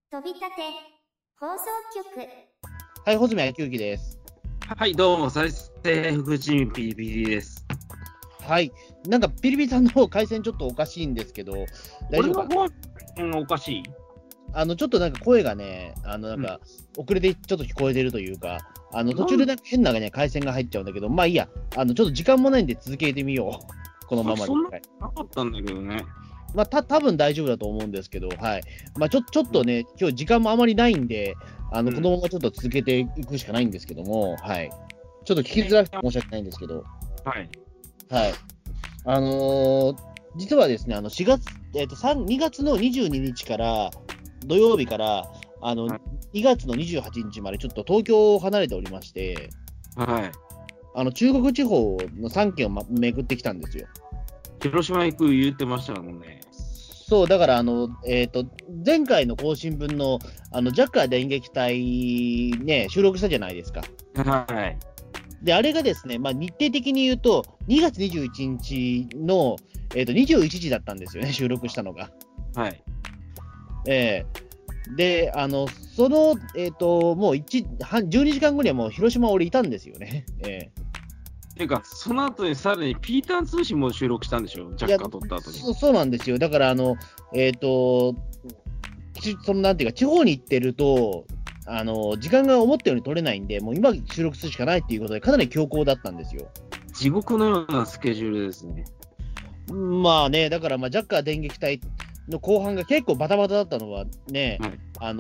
飛び立て放送局。 はい、穂積昭之です。 はい、どうも、再生福祉ピリピリです。 はい、なんかピリピリさんの回線ちょっとおかしいんですけど、大丈夫か？ 俺の声、おかしい？ ちょっとなんか声がね、なんか遅れてちょっと聞こえてるというか、途中でなんか変なね、回線が入っちゃうんだけど、まあいいや、ちょっと時間もないんで続けてみよう。このままで。 そんななかったんだけどね。 まあ、多分大丈夫だと思うんですけど、はい。まあ、ちょっとね、今日時間もあまりないんで、このままちょっと続けていくしかないんですけども、はい。ちょっと聞きづらくて申し訳ないんですけど、 はい。 はい。実はですね、2月の22日から、土曜日から、2月の28日までちょっと東京を離れておりまして、 はい。 中国地方の3県を巡ってきたんですよ。 広島行く言ってましたもんね。 そう、だから前回の更新分の、ジャッカー電撃隊ね、収録したじゃないですか。 はい。 で、あれがですね、まあ、日程的に言うと、2月21日の、21時だったんですよね、収録したのが。 はい。 で、その、もう12時間後にはもう広島俺いたんですよね。 ていうか、その後にさらにピーターン通信も収録したんでしょ、ジャッカー撮った後に。 そうなんですよ。だからそのなんていうか、地方に行ってると、時間が思ったように取れないんで、もう今収録するしかないっていうことで、かなり強行だったんですよ。 地獄のようなスケジュールですね。 まあね、だから、ジャッカー電撃隊の後半が結構バタバタだったのはね、はい、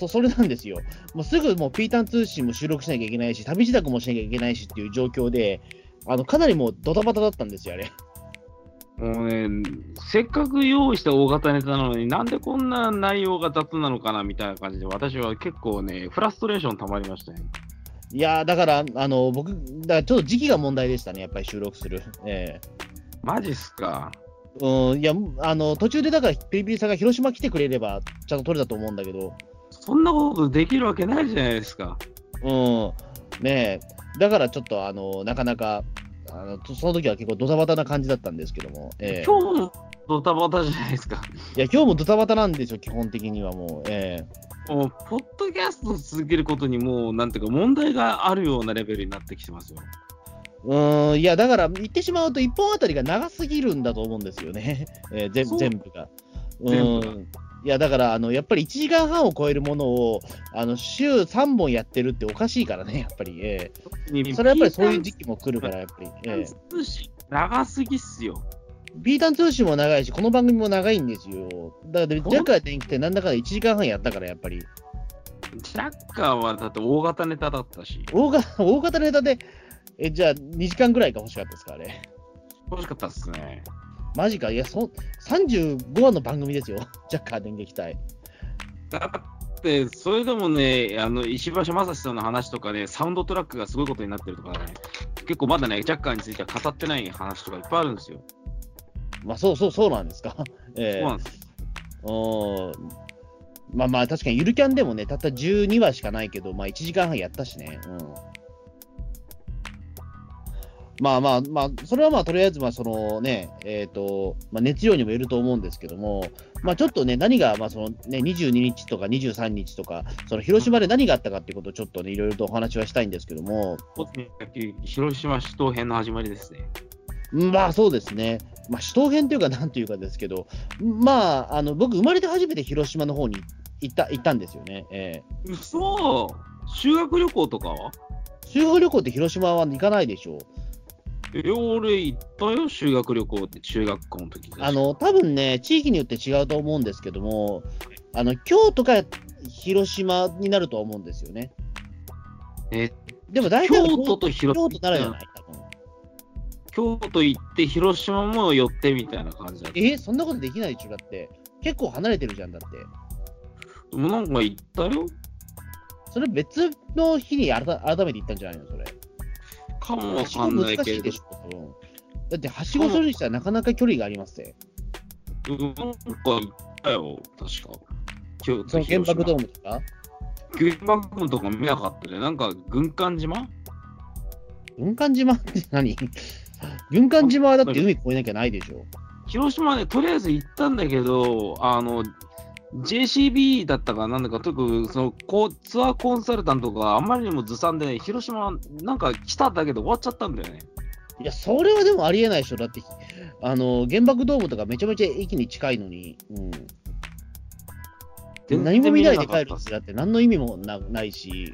それなんですよ。もうすぐもうピーターン通信も収録しなきゃいけないし、旅支度もしなきゃいけないしっていう状況で、かなりもうドタバタだったんですよ、あれ。 もうね、せっかく用意した大型ネタなのに、なんでこんな内容が雑なのかなみたいな感じで、私は結構ね、フラストレーションたまりましたね。 いやだから僕、だからちょっと時期が問題でしたね、やっぱり収録する。 マジっすか。 いや途中でだからピリピリさんが広島来てくれればちゃんと撮れたと思うんだけど、 そんなことできるわけないじゃないですか。 ねえ、だからちょっとなかなかその時は結構ドタバタな感じだったんですけども、 今日もドタバタじゃないですか。 いや今日もドタバタなんですよ、基本的にはもう。 もうポッドキャストを続けることにもうなんていうか問題があるようなレベルになってきてますよ。 いやだから言ってしまうと1本あたりが長すぎるんだと思うんですよね、全部が。いやだからやっぱり1時間半を超えるものを週3本やってるっておかしいからね、やっぱり。それはやっぱりそういう時期も来るから、やっぱり。 通信長すぎっすよ。 ピーターン通信も長いし、この番組も長いんですよ。だから、ジャッカー電気ってなんだかんだ1時間半やったから、やっぱり。 ジャッカーはだって大型ネタだったし。 大型ネタで、じゃあ2時間ぐらいが欲しかったですか、あれ。 欲しかったっすね。 マジか、いや、35話の番組ですよ、ジャッカー電撃隊。 だって、それでもね、石橋正史さんの話とかね、サウンドトラックがすごいことになってるとかね、結構まだね、ジャッカーについては語ってない話とかいっぱいあるんですよ。 まあ、そうなんですか。 そうなんです。 まあ、確かにゆるキャンでもね、たった12話しかないけど、まあ、1時間半やったしね。まあ、それはまあ、とりあえず、そのね、熱量にもよると思うんですけども、ちょっとね、何が、そのね、22日とか23日とか、その広島で何があったかっていうことをちょっとね、いろいろとお話はしたいんですけども。 広島首都編の始まりですね。 まあ、そうですね。首都編というか、なんというかですけど、僕、生まれて初めて広島の方に行ったんですよね。 そう、修学旅行とかは？ 修学旅行って広島は行かないでしょう。 俺行ったよ、修学旅行って、中学校の時多分ね、地域によって違うと思うんですけども、京都か広島になるとは思うんですよね。でも大体京都と広島。 京都ならじゃない、多分。 京都行って、広島も寄ってみたいな感じだった。 そんなことできないでしょ、だって。結構離れてるじゃん、だって。 でもなんか行ったよ。 それ別の日に改めて行ったんじゃないの、それ。 かもわかんないけど。 だってはしごするにしたらなかなか距離がありますね。 なんか行ったよ、確か。 その原爆ドームとか原爆ドームとか見なかったね。なんか軍艦島って何軍艦島はだって海越えなきゃないでしょ。 広島ね、とりあえず行ったんだけど、 JCB だったかなんだか、とにかくツアーコンサルタントがあまりにもずさんでね、広島なんか来ただけで終わっちゃったんだよね。 いや、それはでもありえないでしょ。だって、原爆ドームとかめちゃめちゃ駅に近いのに、何も見ないで帰るってだって何の意味もないし、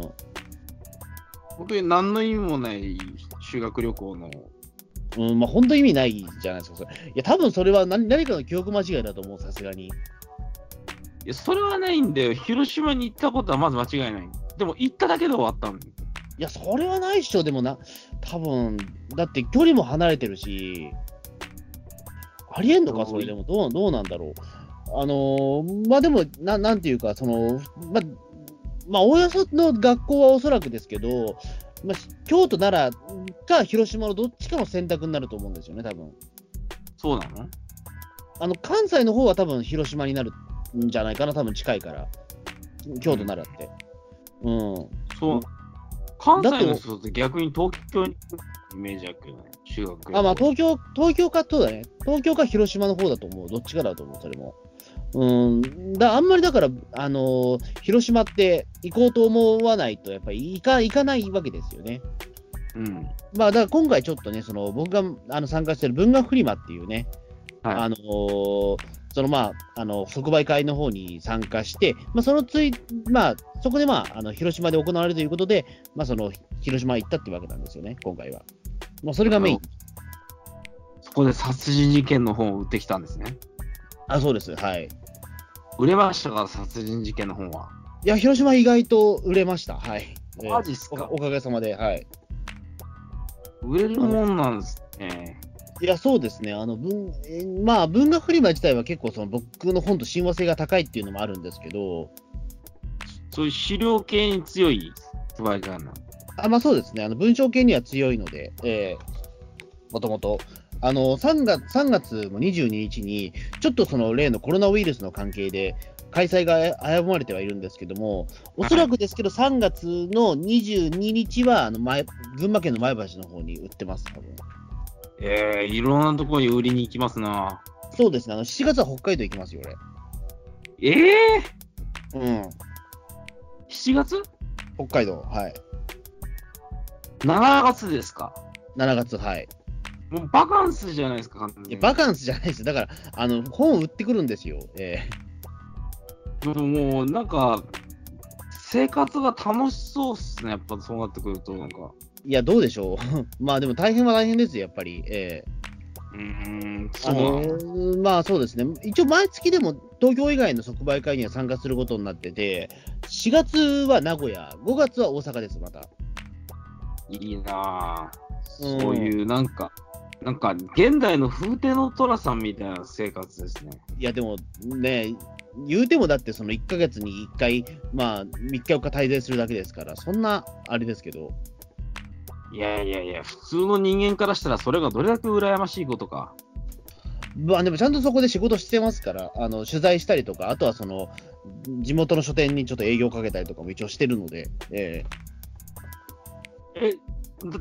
本当に何の意味もない修学旅行の。 まあ本当に意味ないじゃないですか、それ。いや、多分それは何かの記憶間違いだと思う、さすがに。 いや、それはないんだよ。広島に行ったことはまず間違いない。でも行っただけで終わったんだよ。 いや、それはないっしょ、でも多分だって距離も離れてるし、ありえんのか、それでも、どうなんだろう。まあでも、なんていうか、まあ、おおよその学校はおそらくですけど、まあ、京都、奈良か広島のどっちかの選択になると思うんですよね、多分。 そうなの？ 関西の方は多分広島になるんじゃないかな、多分近いから。京都、奈良って。 そう。関西の人って逆に東京に行くイメージあるけどね、修学旅行。 まあ東京か、そうだね。東京か広島の方だと思う。どっちかだと思う、それも。あんまりだから、広島って行こうと思わないと、やっぱり行かないわけですよね。まあ、だから今回ちょっとね、僕が参加してる文学フリマっていうね、 はい、 即売会の方に参加して、まあ、そこで広島で行われるということで、広島行ったってわけなんですよね、今回は。まあ、それがメイン。 そこで殺人事件の本を売ってきたんですね。 そうです、はい。 売れましたか、殺人事件の本は。 いや、広島意外と売れました、はい。 マジっすか？ おかげさまで、はい。 売れるもんなんですね。 いや、そうですね。文学フリマ自体は結構僕の本と親和性が高いっていうのもあるんですけど、 そういう資料系に強い発売会なの？ まあそうですね。文章系には強いので、もともと。3月の22日に、ちょっと例のコロナウイルスの関係で、開催が危ぶまれてはいるんですけども、おそらくですけど、3月の22日は、群馬県の前橋の方に売ってます、多分。 いろんなところに売りに行きますな。 そうですね。7月は北海道行きますよ、俺。 7月？ 北海道、はい。 7月ですか ？7月、はい。 もうバカンスじゃないですか、完全に。 バカンスじゃないです。だから、本を売ってくるんですよ。 もう、なんか、生活が楽しそうっすね、やっぱそうなってくると、なんか。 いや、どうでしょう。まあ、でも大変は大変ですよ、やっぱり。まあ、そうですね。一応、毎月でも東京以外の即売会には参加することになってて、4月は名古屋、5月は大阪です、また。 いいなぁ。そういう、なんか、現代の風天の寅さんみたいな生活ですね。 いや、でもね、言うてもだって1ヶ月に1回、まあ、3日4日滞在するだけですから、そんな、あれですけど。 いや、普通の人間からしたら、それがどれだけ羨ましいことか。 まあ、でもちゃんとそこで仕事してますから、取材したりとか、あとは地元の書店にちょっと営業かけたりとかも一応してるので。 だって、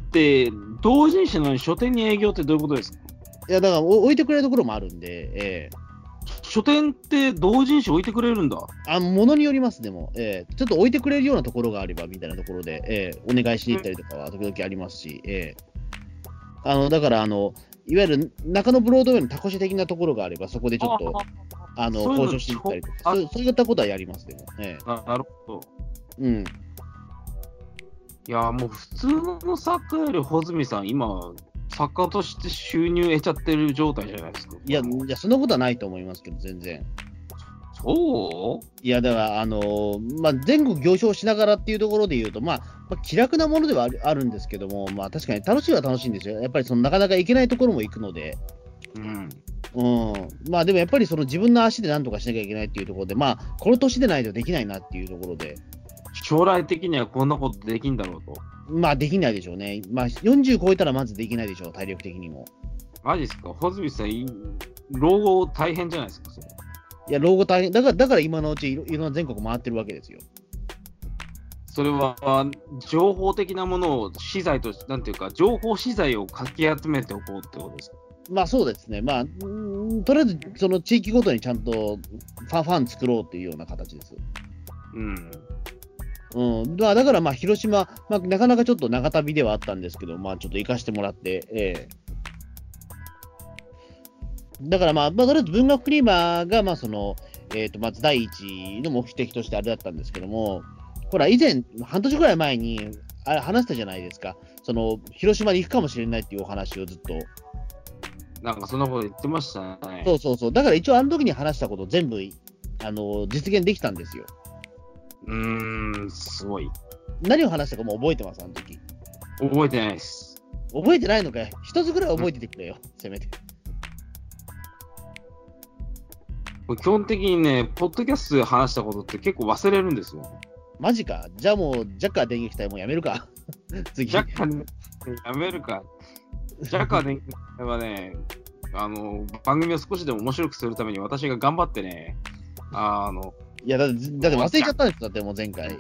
同人誌なのに書店に営業ってどういうことですか？ いや、だから置いてくれるところもあるんで、 書店って同人誌置いてくれるんだ。 ものによります、でも、ちょっと置いてくれるようなところがあればみたいなところで、お願いしに行ったりとかは時々ありますし、だから、いわゆる中野ブロードウェイのタコシ的なところがあれば、そこでちょっと交渉していったりとか、そういったことはやります、でも。 なるほど。 うんいや、もう普通の作家より穂積さん、今、作家として収入得ちゃってる状態じゃないですか。 いや、そんなことはないと思いますけど、全然。 そういや、だから、全国行商しながらっていうところで言うと、気楽なものではあるんですけども、確かに楽しいは楽しいんですよ。やっぱりなかなか行けないところも行くので。でもやっぱり自分の足で何とかしなきゃいけないっていうところで、この年でないとできないなっていうところで。 将来的にはこんなことできんだろうと。 できないでしょうね。40超えたらまずできないでしょう、体力的にも。 マジですか？穂積さん、老後大変じゃないですか、それ。 いや、老後大変。だから今のうちいろんな全国回ってるわけですよ。 それは、情報的なものを資材と、なんていうか、情報資材をかき集めておこうってことですか？ まあそうですね、まあ、とりあえずその地域ごとにちゃんとファン作ろうっていうような形です。だからまあ広島、まあ、なかなかちょっと長旅ではあったんですけど、まあちょっと行かしてもらって、だからまあ、とりあえず文学フリマがまあその、まず第一の目的としてあれだったんですけども、ほら、以前、半年ぐらい前に話したじゃないですか、その広島に行くかもしれないっていうお話をずっと。 なんかそんなこと言ってましたね。 そう、だから一応、あの時に話したこと全部実現できたんですよ。 すごい。 何を話したかもう覚えてます、あの時。 覚えてないです。 覚えてないのかい、一つぐらい覚えててくれよ、せめて。 基本的にね、ポッドキャストで話したことって結構忘れるんですよ。 マジか。じゃあもう、ジャッカー電撃隊もうやめるか。次。 ジャッカーやめるか。ジャッカー電撃隊はね、番組を少しでも面白くするために私が頑張ってね、 いやだって忘れちゃったんですよ、だってもう前回。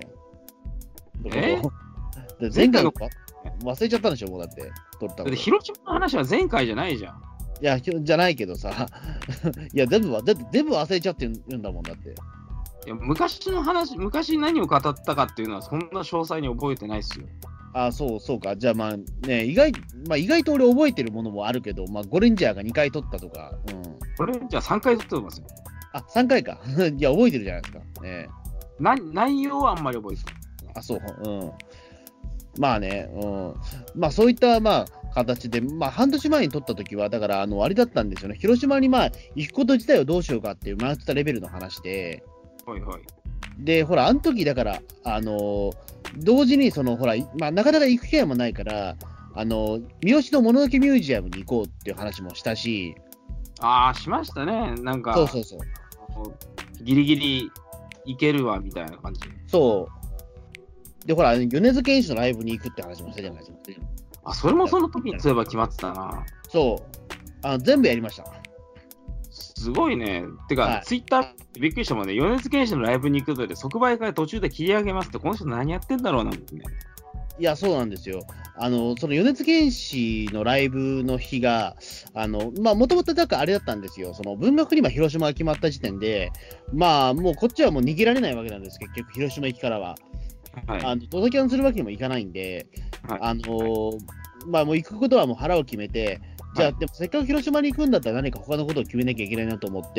前回の忘れちゃったんでしょ、もうだって。 だって広島の話は前回じゃないじゃん。 いや、じゃないけどさ。いや、全部忘れちゃって言うんだもんだって。 いや、昔の話、昔何を語ったかっていうのはそんな詳細に覚えてないっすよ。 そうか。じゃあまあね、意外と俺覚えてるものもあるけど、まあゴレンジャーが2回取ったとか。 ゴレンジャー3回取ってますよ。 3回か。いや、覚えてるじゃないですか。 内容はあんまり覚えてない。 そう。まあね、まあそういったまあ形で、まあ半年前に取った時は、だからあれだったんですよね。広島にまあ行くこと自体をどうしようかっていう迷ってたレベルの話で。 はいはい。 で、ほら、あの時だから、同時にほら、まあなかなか行く機会もないから、三好のもののけミュージアムに行こうっていう話もしたし。 しましたね。なんか、 そう。 ギリギリ行けるわみたいな感じ。 そう。で、ほら、米津玄師のライブに行くって話もしたじゃないですか。 それもその時にそういえば決まってたな。 そう。全部やりました。 すごいね。てか、ツイッターびっくりしたもんね。米津玄師のライブに行くとで、即売会途中で切り上げますって、この人何やってんだろうなんてね。 いや、そうなんですよ。その米津玄師のライブの日が、まあ、もともとだからあれだったんですよ。その文学フリマ広島が決まった時点で、まあ、もうこっちはもう逃げられないわけなんです、結局、広島駅からは。届け案するわけにもいかないんで、まあ、もう行くことはもう腹を決めて、じゃあ、でもせっかく広島に行くんだったら何か他のことを決めなきゃいけないなと思って、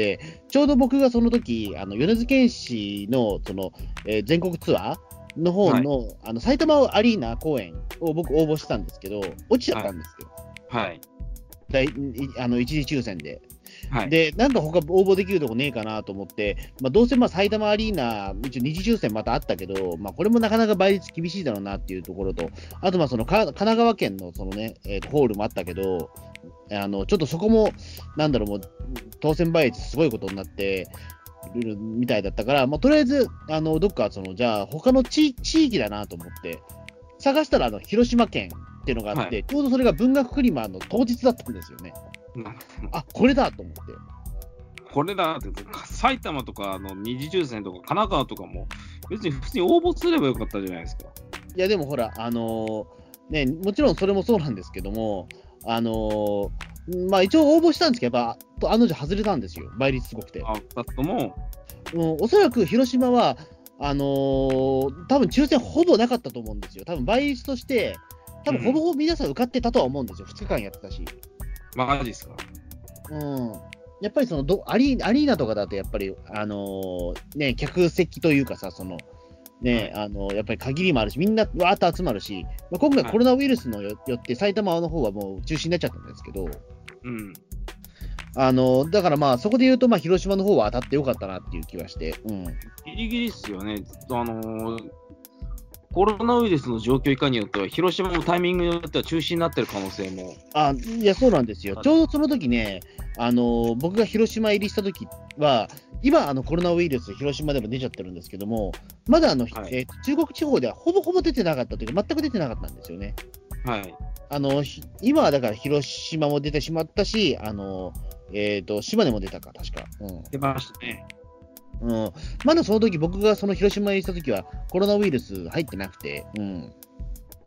ちょうど僕がその時、米津玄師の全国ツアーの方の、埼玉アリーナ公演を僕応募したんですけど、落ちちゃったんですよ。一次抽選で。で、なんか他応募できるとこねえかなと思って、まあ、どうせ埼玉アリーナ、一応二次抽選またあったけど、まあ、これもなかなか倍率厳しいだろうなっていうところと、あと神奈川県のホールもあったけど、ちょっとそこも、もう当選倍率すごいことになってるみたいだったから、まあ、とりあえず、どっかじゃあ他の地域だなと思って、探したら広島県っていうのがあって、ちょうどそれが文学フリマの当日だったんですよね。これだと思って。 これだって、埼玉とか二次抽選とか神奈川とかも、別に普通に応募すればよかったじゃないですか。 いや、でもほら、ね、もちろんそれもそうなんですけども、まあ一応応募したんですけど、やっぱ案の定外れたんですよ、倍率すごくて。 2つとも。 おそらく広島は、多分抽選ほぼなかったと思うんですよ。多分倍率として、多分ほぼほぼ皆さん受かってたとは思うんですよ、2日間やってたし。 マジですか。 やっぱりアリーナとかだと、やっぱり、ね、客席というかさ、ね、やっぱり限りもあるし、みんなわーっと集まるし、まあ、今回コロナウイルスのよって埼玉の方はもう中止になっちゃったんですけど、だからまあそこで言うと、まあ広島の方は当たってよかったなっていう気はして、 ギリギリっすよね。コロナウイルスの状況いかによっては、広島のタイミングによっては中止になってる可能性も。 いや、そうなんですよ。ちょうどその時ね、僕が広島入りした時は、今、コロナウイルス、広島でも出ちゃってるんですけども、まだ中国地方ではほぼほぼ出てなかったというか、全く出てなかったんですよね。今はだから広島も出てしまったし、島根も出たか、確か。 出ましたね。 まだその時僕がその広島に行った時はコロナウイルス入ってなくて、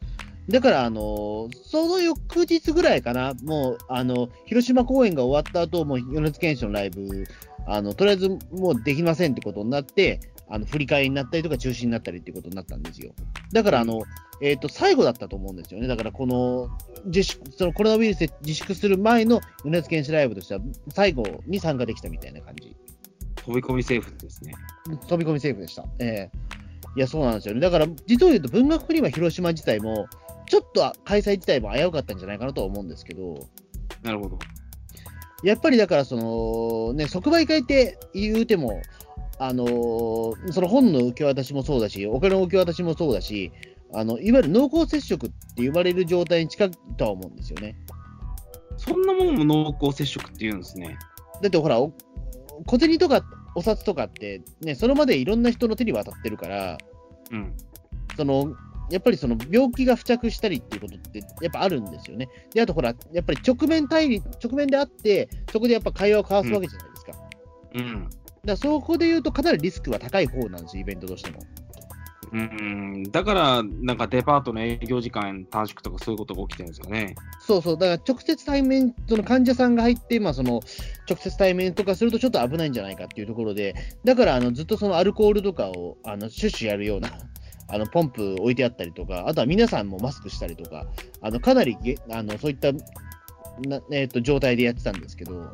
だから、その翌日ぐらいかな、もう、広島公演が終わった後、もう、米津玄師のライブ、とりあえずもうできませんってことになって、振り替えになったりとか中止になったりっていうことになったんですよ。だから、最後だったと思うんですよね。だから、このそのコロナウイルスで自粛する前の米津玄師ライブとしては、最後に参加できたみたいな感じ。 飛び込みセーフですね。 飛び込みセーフでした。いや、そうなんですよね。だから、実を言うと、文学フリマ広島自体も、ちょっと開催自体も危うかったんじゃないかなとは思うんですけど、 なるほど。 やっぱりだから、即売会って言うても、その本の受け渡しもそうだし、お金の受け渡しもそうだし、いわゆる濃厚接触って言われる状態に近いとは思うんですよね。 そんなもんも濃厚接触って言うんですね。 だってほら、小銭とかお札とかって、ね、それまでいろんな人の手に渡ってるから、 うん。 やっぱりその病気が付着したりっていうことってやっぱあるんですよね。で、あとほら、やっぱり直面であって、そこでやっぱ会話を交わすわけじゃないですか。 うん。 だからそこで言うとかなりリスクは高い方なんですよ、イベントとしても。 だから、なんかデパートの営業時間短縮とかそういうことが起きてるんですかね。 そうそう、だから直接対面、その患者さんが入って、直接対面とかするとちょっと危ないんじゃないかっていうところで、だからずっとそのアルコールとかをシュッシュやるようなポンプ置いてあったりとか、あとは皆さんもマスクしたりとか、かなりそういった状態でやってたんですけど、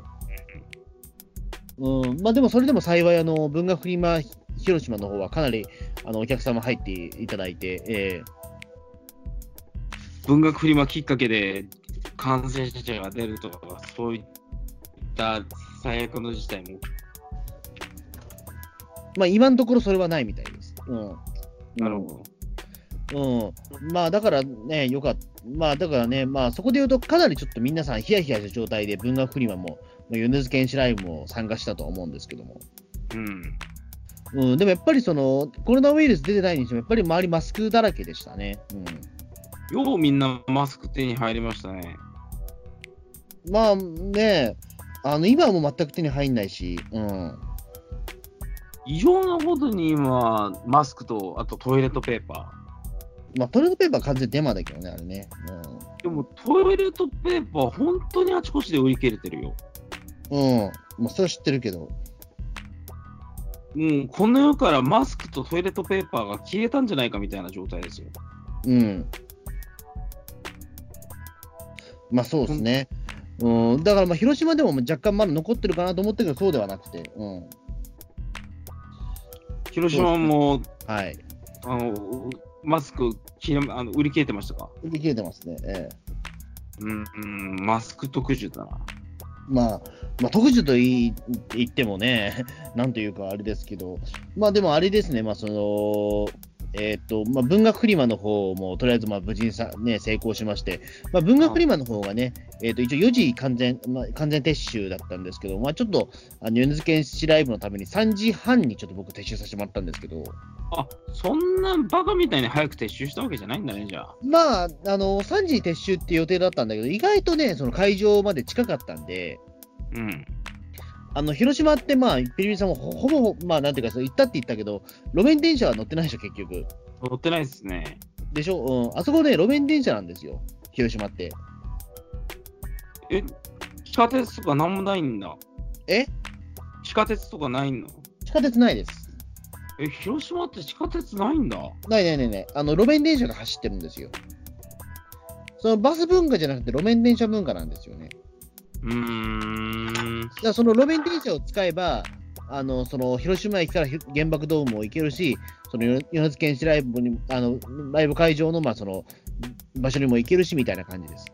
まあでもそれでも幸い文学フリマ広島の方はかなりお客様入っていただいて、 文学フリマきっかけで感染者が出るとか、そういった最悪の事態も。 まあ今のところそれはないみたいです。 なるほど。まあだからね、よかった。まあだからね、まあそこで言うとかなりちょっと皆さんヒヤヒヤした状態で文学フリマも、米津玄師ライブも参加したとは思うんですけども。でもやっぱりコロナウイルス出てないにしても、やっぱり周りマスクだらけでしたね。 ようみんなマスク手に入りましたね。 まあね、今はもう全く手に入んないし、 異常なほどに今、マスクと、あとトイレットペーパー。まあトイレットペーパーは完全にデマだけどね、あれね。 でもトイレットペーパー、本当にあちこちで売り切れてるよ。 もうそれは知ってるけど。 この世からマスクとトイレットペーパーが消えたんじゃないかみたいな状態ですよ。 まあそうですね。だからまあ広島でも若干まだ残ってるかなと思ってるけど、そうではなくて。 広島も、 はい、 マスク売り切れてましたか？ 売り切れてますね。 マスク特需だな。 まあ、特需と言ってもね、なんというかあれですけど、まあでもあれですね、まあ文学フリマの方もとりあえず無事に成功しまして、文学フリマの方がね、一応4時完全撤収だったんですけど、ちょっと米津玄師ライブのために3時半にちょっと僕撤収させてもらったんですけど。 そんなバカみたいに早く撤収したわけじゃないんだね、じゃあ。 まあ、3時に撤収って予定だったんだけど、意外とね、その会場まで近かったんで、広島って、ピリピリさんもほぼ、なんていうか、行ったって言ったけど、路面電車は乗ってないでしょ、結局。 乗ってないですね。 でしょ、あそこね、路面電車なんですよ、広島って。 地下鉄とかなんもないんだ。地下鉄とかないの？ 地下鉄ないです。 広島って地下鉄ないんだ。 ない。路面電車が走ってるんですよ。そのバス文化じゃなくて路面電車文化なんですよね。だからその路面電車を使えば、その広島駅から原爆ドームも行けるし、その米津玄師ライブにライブ会場のその場所にも行けるしみたいな感じです。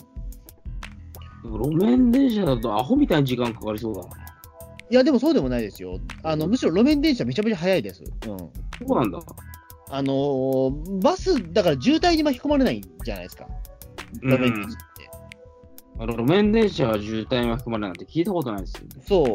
路面電車だとアホみたいな時間かかりそうだな。 いや、でもそうでもないですよ。むしろ路面電車めちゃめちゃ早いです。 そうなんだ。 バス、だから渋滞に巻き込まれないじゃないですか。路面電車って。 路面電車は渋滞に巻き込まれないなんて聞いたことないですよね。 そう。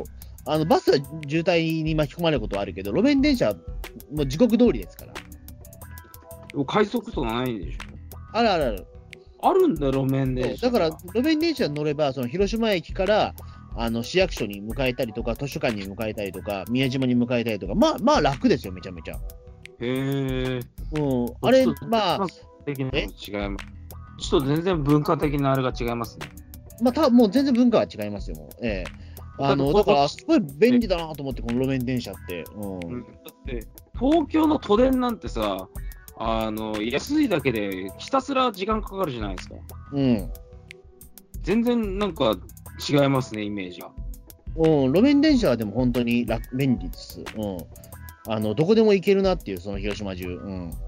バスは渋滞に巻き込まれることはあるけど、路面電車はもう時刻通りですから。 でも快速とかないでしょ？ ある。 あるんだ、路面電車。 だから、路面電車に乗れば、その広島駅から市役所に迎えたりとか、図書館に迎えたりとか、宮島に迎えたりとか、まあ楽ですよ、めちゃめちゃ。 へえ。 あれ、 的なの違います。ちょっと全然文化的なあれが違いますね。 まあ、もう全然文化は違いますよ、もう。だから、すごい便利だなと思って、この路面電車って。 だって東京の都電なんてさ、安いだけでひたすら時間かかるじゃないですか。全然なんか違いますね、イメージが。 路面電車はでも本当に便利です。どこでも行けるなっていう、その広島中。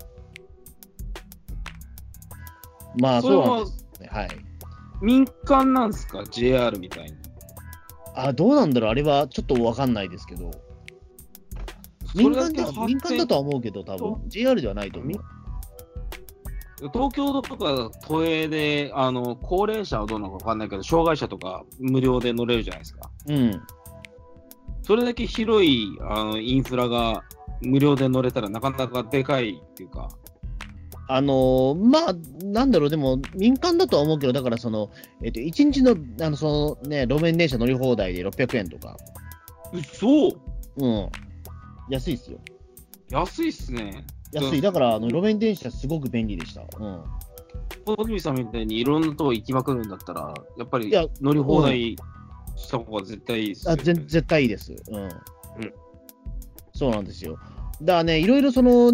まあ、そうなんですね。はい。 民間なんですか、JR みたいに。 どうなんだろう、あれはちょっと分かんないですけど。民間だとは思うけど、多分 JR ではないと思う。 東京とか都営で、高齢者はどうなのか分かんないけど、障害者とか無料で乗れるじゃないですか。それだけ広いインフラが無料で乗れたらなかなかでかいっていうか。 まあ、なんだろう、でも民間だとは思うけど、だから1日の、路面電車乗り放題で600円とか。 そう。 安いっすよ。 安いっすね。 安い。だから路面電車すごく便利でした。 小泉さんみたいにいろんなとこ行きまくるんだったら、やっぱり乗り放題した方が絶対いいですよね。 絶対いいです。そうなんですよ。だからね、いろいろ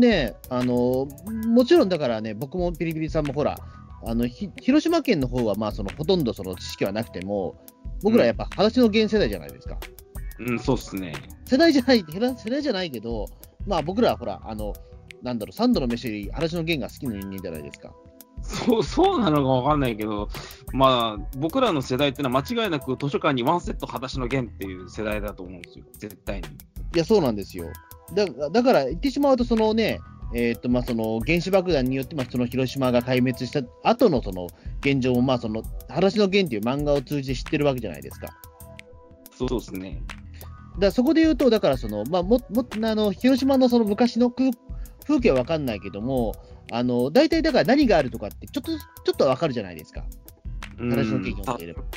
もちろんだからね、僕もピリピリさんもほら、広島県の方はほとんどその知識はなくても、僕らやっぱ話の源世代じゃないですか。 そうっすね。 世代じゃないけど、まあ僕らはほら、なんだろう、三度の飯より話の源が好きな人間じゃないですか。 そうなのかわかんないけど、まあ、僕らの世代ってのは間違いなく図書館にワンセット裸足の源っていう世代だと思うんですよ、絶対に。 いや、そうなんですよ。だから言ってしまうと、その原子爆弾によって、その広島が壊滅した後のその現状も、裸足の源っていう漫画を通じて知ってるわけじゃないですか。 そうですね。 だからそこで言うと、だから広島のその昔の風景は分かんないけども、大体だから何があるとかってちょっと分かるじゃないですか。裸足の源に乗っていれば。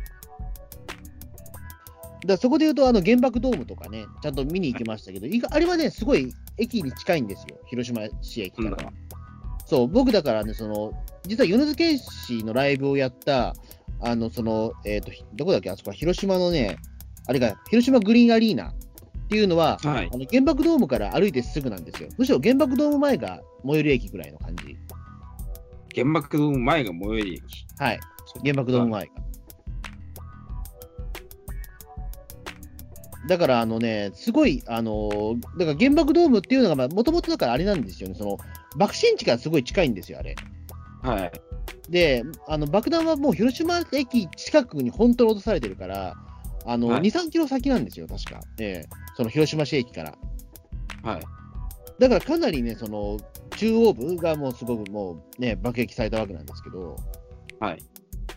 そこで言うと、原爆ドームとかね、ちゃんと見に行きましたけど、あれはね、すごい駅に近いんですよ、広島市駅からは。そう、僕だからね、実は米津玄師のライブをやった、どこだっけ、あそこは広島のね、あれが、広島グリーンアリーナっていうのは、原爆ドームから歩いてすぐなんですよ。むしろ原爆ドーム前が最寄り駅ぐらいの感じ。 原爆ドーム前が最寄り駅。 はい、原爆ドーム前が。だからすごい、だから原爆ドームっていうのが、もともとだからあれなんですよね、爆心地からすごい近いんですよ、あれ。 はい。 で、爆弾はもう広島駅近くに本当に落とされてるから、2、3キロ先なんですよ、確か。その広島市駅から。 はい。 だからかなりね、中央部がもうすごくもうね、爆撃されたわけなんですけど、 はい。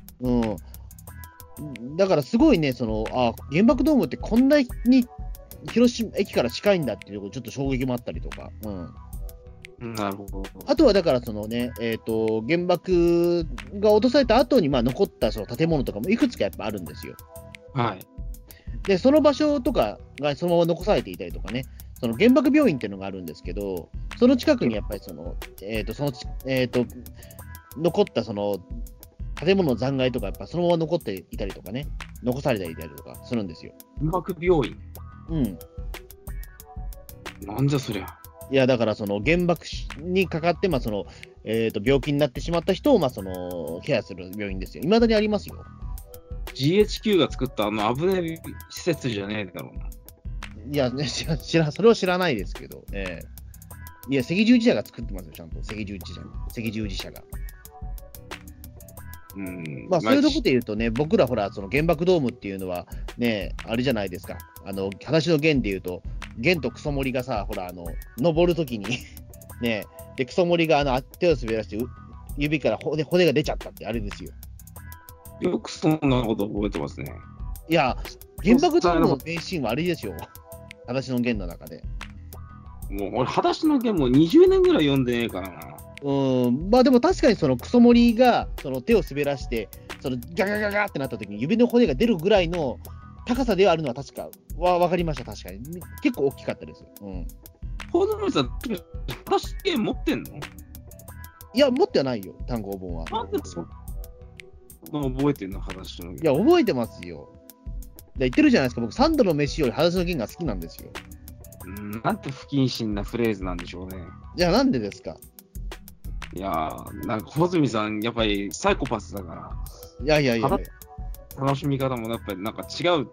だからすごいね、原爆ドームってこんなに広島駅から近いんだっていうちょっと衝撃もあったりとか。 なるほど。 あとはだから原爆が落とされた後に残ったその建物とかもいくつかやっぱあるんですよ。 はい。 で、その場所とかがそのまま残されていたりとかね、その原爆病院っていうのがあるんですけど、その近くにやっぱり残ったその建物の残骸とかやっぱそのまま残っていたりとかね、残されていたりとかするんですよ。 原爆病院。なんじゃそりゃ。 いや、だから原爆にかかって、病気になってしまった人をケアする病院ですよ。未だにありますよ。 GHQ が作った危ない施設じゃねえだろうな。 いや、ね、それは知らないですけど、いや、赤十字社が作ってますよ、ちゃんと。赤十字社が。そういうところで言うとね、僕らほら、原爆ドームっていうのは、ね、あれじゃないですか。話の源で言うと、源とクソモリがさ、ほら、登るときに、ね、で、クソモリが手を滑らして、指から骨が出ちゃったって、あれですよ。 よくそんなこと覚えてますね。 いや、原爆ドームの名シーンはあれですよ。話の源の中で。 もう、俺、裸足の源も20年ぐらい読んでねえからな。 でも確かにクソモリが手を滑らして、ガガガガってなった時に指の骨が出るぐらいの高さではあるのは確か分かりました、確かに。結構大きかったです。 小泉さん、裸足源持ってんの？ いいや、持ってはないよ、単行本は。 なんでそんな覚えてるの、裸足の弦。 いや、覚えてますよ。で言ってるじゃないですか、僕、3度の飯より裸足の弦が好きなんですよ。 なんて不謹慎なフレーズなんでしょうね。 じゃあ、なんでですか？ いやー、なんか穂積さん、やっぱりサイコパスだから、 いやいやいや、 楽しみ方もやっぱりなんか違うって。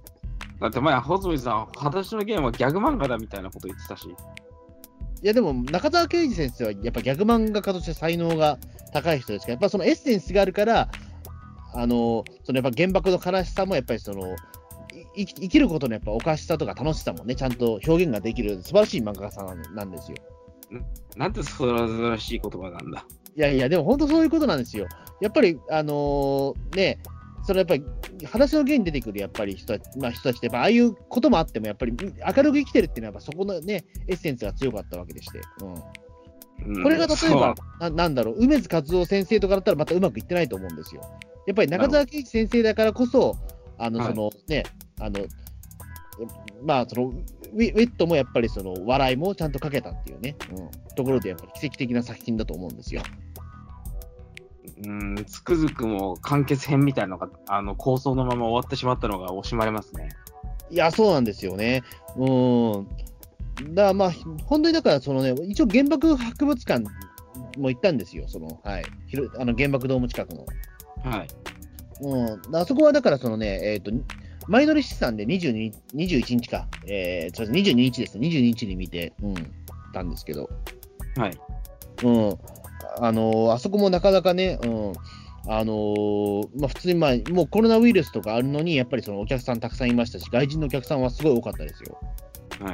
だって前、穂積さん、裸足の弦はギャグ漫画だみたいなこと言ってたし。 いやでも、中澤圭司先生はやっぱギャグ漫画家として才能が高い人ですから、やっぱそのエッセンスがあるから、そのやっぱ原爆の悲しさもやっぱりその生きることのやっぱおかしさとか楽しさもね、ちゃんと表現ができる素晴らしい漫画家さんなんですよ。 なんて素晴らしい言葉なんだ。 いやいや、でも本当そういうことなんですよ。やっぱり、ね、そのやっぱり、裸足の弦に出てくるやっぱり人たちって、ああいうこともあっても、やっぱり明るく生きてるっていうのは、やっぱそこのね、エッセンスが強かったわけでして。これが例えば、なんだろう、梅津和夫先生とかだったらまたうまくいってないと思うんですよ。やっぱり中澤圭一先生だからこそ、そのね、まあ、そのウィットもやっぱりその笑いもちゃんとかけたっていうね、ところでやっぱり奇跡的な作品だと思うんですよ。 つくづくも完結編みたいなのが構想のまま終わってしまったのが惜しまれますね。 いや、そうなんですよね。だからまあ、本当にだからそのね、一応原爆博物館も行ったんですよ、その、はい、原爆ドーム近くの。 はい。 あそこはだからそのね、前乗り資産で21日か、22日ですね、22日に見て、たんですけど、 はい。 あそこもなかなかね、まあ、普通に、まあ、もうコロナウイルスとかあるのに、やっぱりそのお客さんたくさんいましたし、外人のお客さんはすごい多かったですよ。 はい。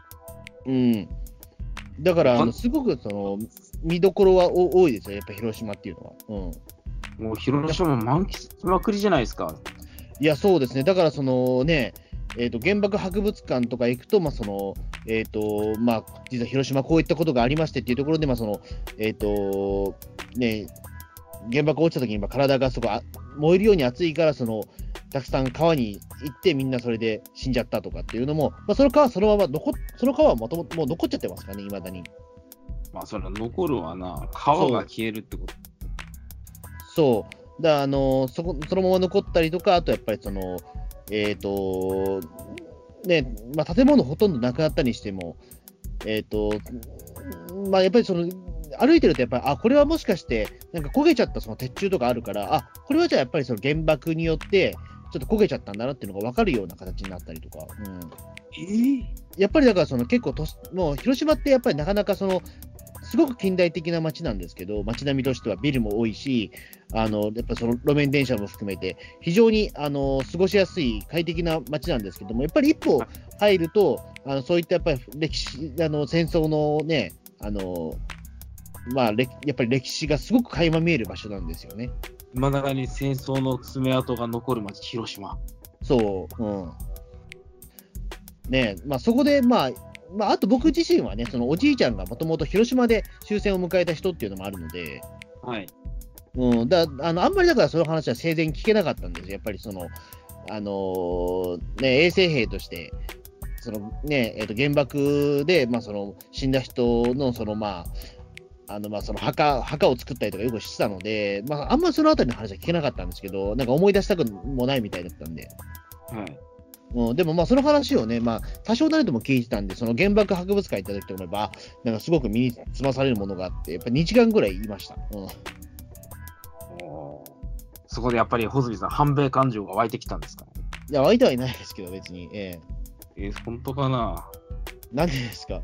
だからすごくその見どころは多いですよ、やっぱ広島っていうのは。 もう広島満喫しまくりじゃないですか。 いや、そうですね、だからそのね、原爆博物館とか行くと、まあそのまあ、実は広島こういったことがありましてっていうところで、まあそのね、原爆落ちた時に体がすごい燃えるように熱いから、そのたくさん川に行ってみんなそれで死んじゃったとかっていうのも、まあ、その川はそのままその川はもともともう残っちゃってますからね、いまだに。 まあそれは残るわな、川が消えるってこと。 そうだ、そのまま残ったりとか、あとやっぱりそのね、まあ、建物ほとんどなくなったにしても、まあ、やっぱりその歩いてると、やっぱり、これはもしかして、なんか焦げちゃったその鉄柱とかあるから、これはじゃあやっぱりその原爆によって、ちょっと焦げちゃったんだなっていうのが分かるような形になったりとか。やっぱりだからその結構もう広島ってやっぱりなかなかその、すごく近代的な街なんですけど、街並みとしてはビルも多いし、やっぱその路面電車も含めて、非常に過ごしやすい快適な街なんですけども、やっぱり一歩入ると、そういったやっぱり歴史、戦争のね、まあ、やっぱり歴史がすごく垣間見える場所なんですよね。 いまだに戦争の爪痕が残る街、広島。 そう、ね、まあ、そこで、まあ、あと僕自身はね、そのおじいちゃんがもともと広島で終戦を迎えた人っていうのもあるので、 はい。 あんまりだからその話は生前聞けなかったんですよ。やっぱりその、衛生兵として、そのね、原爆で、まあ、その死んだ人の、そのまあ、その墓を作ったりとかよくしてたので、まあ、あんまりそのあたりの話は聞けなかったんですけど、なんか思い出したくもないみたいだったんで。 はい。 でもまあその話をね、まあ、多少なりとも聞いてたんで、その原爆博物館行った時と思えば、なんかすごく身につまされるものがあって、やっぱり2時間ぐらいいました。 そこでやっぱり穂積さん、反米感情が湧いてきたんですかね。 いや、湧いてはいないですけど、別に。 本当かな。 なんでですか。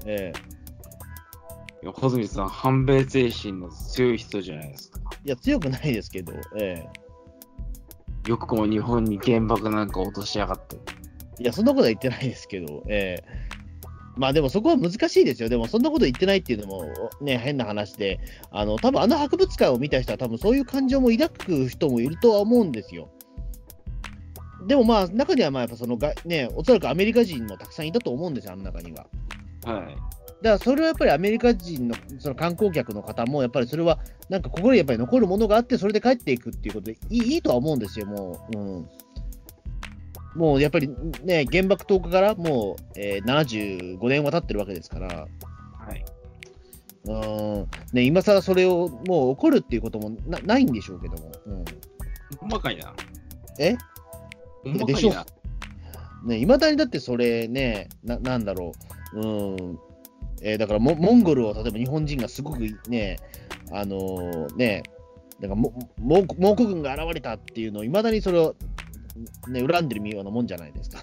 穂積さん、反米精神の強い人じゃないですか。 いや、強くないですけど、 よくも日本に原爆なんか落としやがって。 いや、そんなことは言ってないですけど、まあでもそこは難しいですよ。でもそんなこと言ってないっていうのもね、変な話で、多分博物館を見た人は多分そういう感情も抱く人もいるとは思うんですよ。でもまあ中にはまあやっぱそのね、おそらくアメリカ人もたくさんいたと思うんですよ、あの中には。 はい。 だからそれはやっぱりアメリカ人のその観光客の方もやっぱりそれはなんか心にやっぱり残るものがあってそれで帰っていくっていうことでいいとは思うんですよ、もう。もうやっぱりね、原爆投下からもう、75年は経ってるわけですから、 はい。 ね、今更それをもう起こるっていうこともないんでしょうけども。 ほんまかいな。 ほんまかいな。でしょ。ね、いまだにだってそれね、なんだろう。だからモンゴルを例えば日本人がすごくね、ね、だから蒙古軍が現れたっていうのをいまだにそれを、ね、恨んでるようなもんじゃないですか。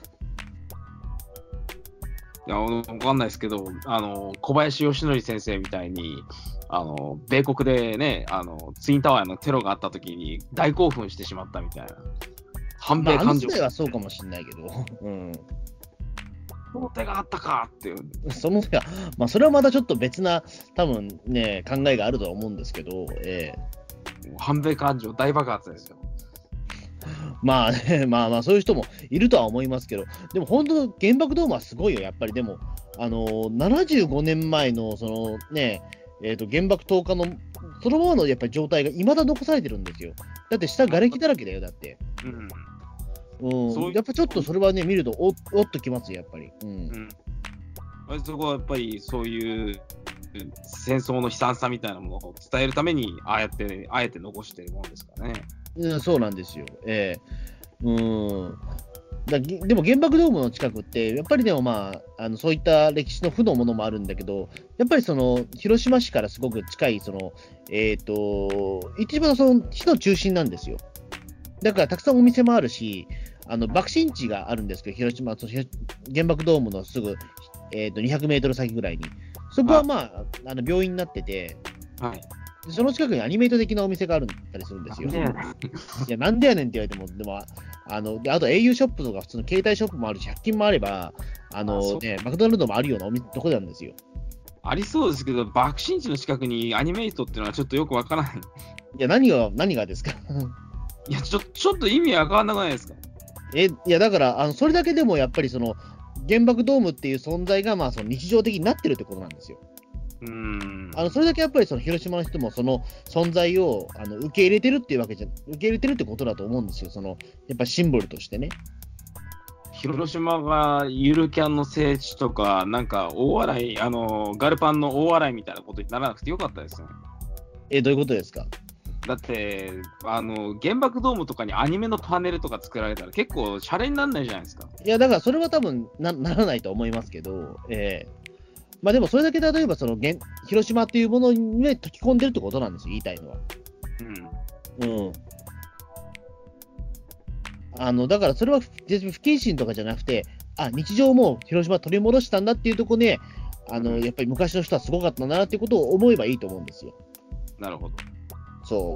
いや、わかんないですけど、小林義則先生みたいに、米国でね、ツインタワーのテロがあった時に大興奮してしまったみたいな。反米感情。 世代はそうかもしれないけど。 その手があったかっていう。 その手は、それはまたちょっと別な、多分ね、考えがあるとは思うんですけど、 反米感情大爆発ですよ。 まあね、そういう人もいるとは思いますけど、でも本当、原爆ドームはすごいよ、やっぱり。でも、75年前の、そのね、原爆投下の、そのままのやっぱり状態が未だ残されてるんですよ。だって下、瓦礫だらけだよ、だって。やっぱちょっとそれはね、見るとおっときますよ、やっぱり。 そこはやっぱりそういう戦争の悲惨さみたいなものを伝えるために、あえて残しているものですかね。 そうなんですよ。でも原爆ドームの近くって、やっぱりでもそういった歴史の負のものもあるんだけど、やっぱりその広島市からすごく近い、その一番その市の中心なんですよ。だからたくさんお店もあるし、爆心地があるんですけど、広島、原爆ドームのすぐ、200メートル先ぐらいに、そこは病院になってて、その近くにアニメイト的なお店があったりするんですよ。いや、なんでやねんって言われても、でも、あと au ショップとか普通の携帯ショップもあるし、100均もあれば、マクドナルドもあるようなとこなんですよ。 ありそうですけど、爆心地の近くにアニメイトっていうのはちょっとよくわからない。 いや、何がですかいや、ちょっと意味わかんなくないですか？ いや、だから、それだけでもやっぱりその、原爆ドームっていう存在が、その日常的になってるってことなんですよ。それだけやっぱりその広島の人もその存在を受け入れてるっていう受け入れてるってことだと思うんですよ。そのやっぱシンボルとしてね。 広島がゆるキャンの聖地とか、なんか大笑い、ガルパンの大笑いみたいなことにならなくてよかったですよね。 どういうことですか？ だって原爆ドームとかにアニメのパネルとか作られたら結構シャレにならないじゃないですか。 いや、だからそれは多分 ならないと思いますけど、でもそれだけ例えばその広島っていうものに溶き込んでるってことなんですよ、言いたいのは。だからそれは不謹慎とかじゃなくて、日常も広島取り戻したんだっていうところで、やっぱり昔の人はすごかったんだなっていうことを思えばいいと思うんですよ。 なるほど。 そう。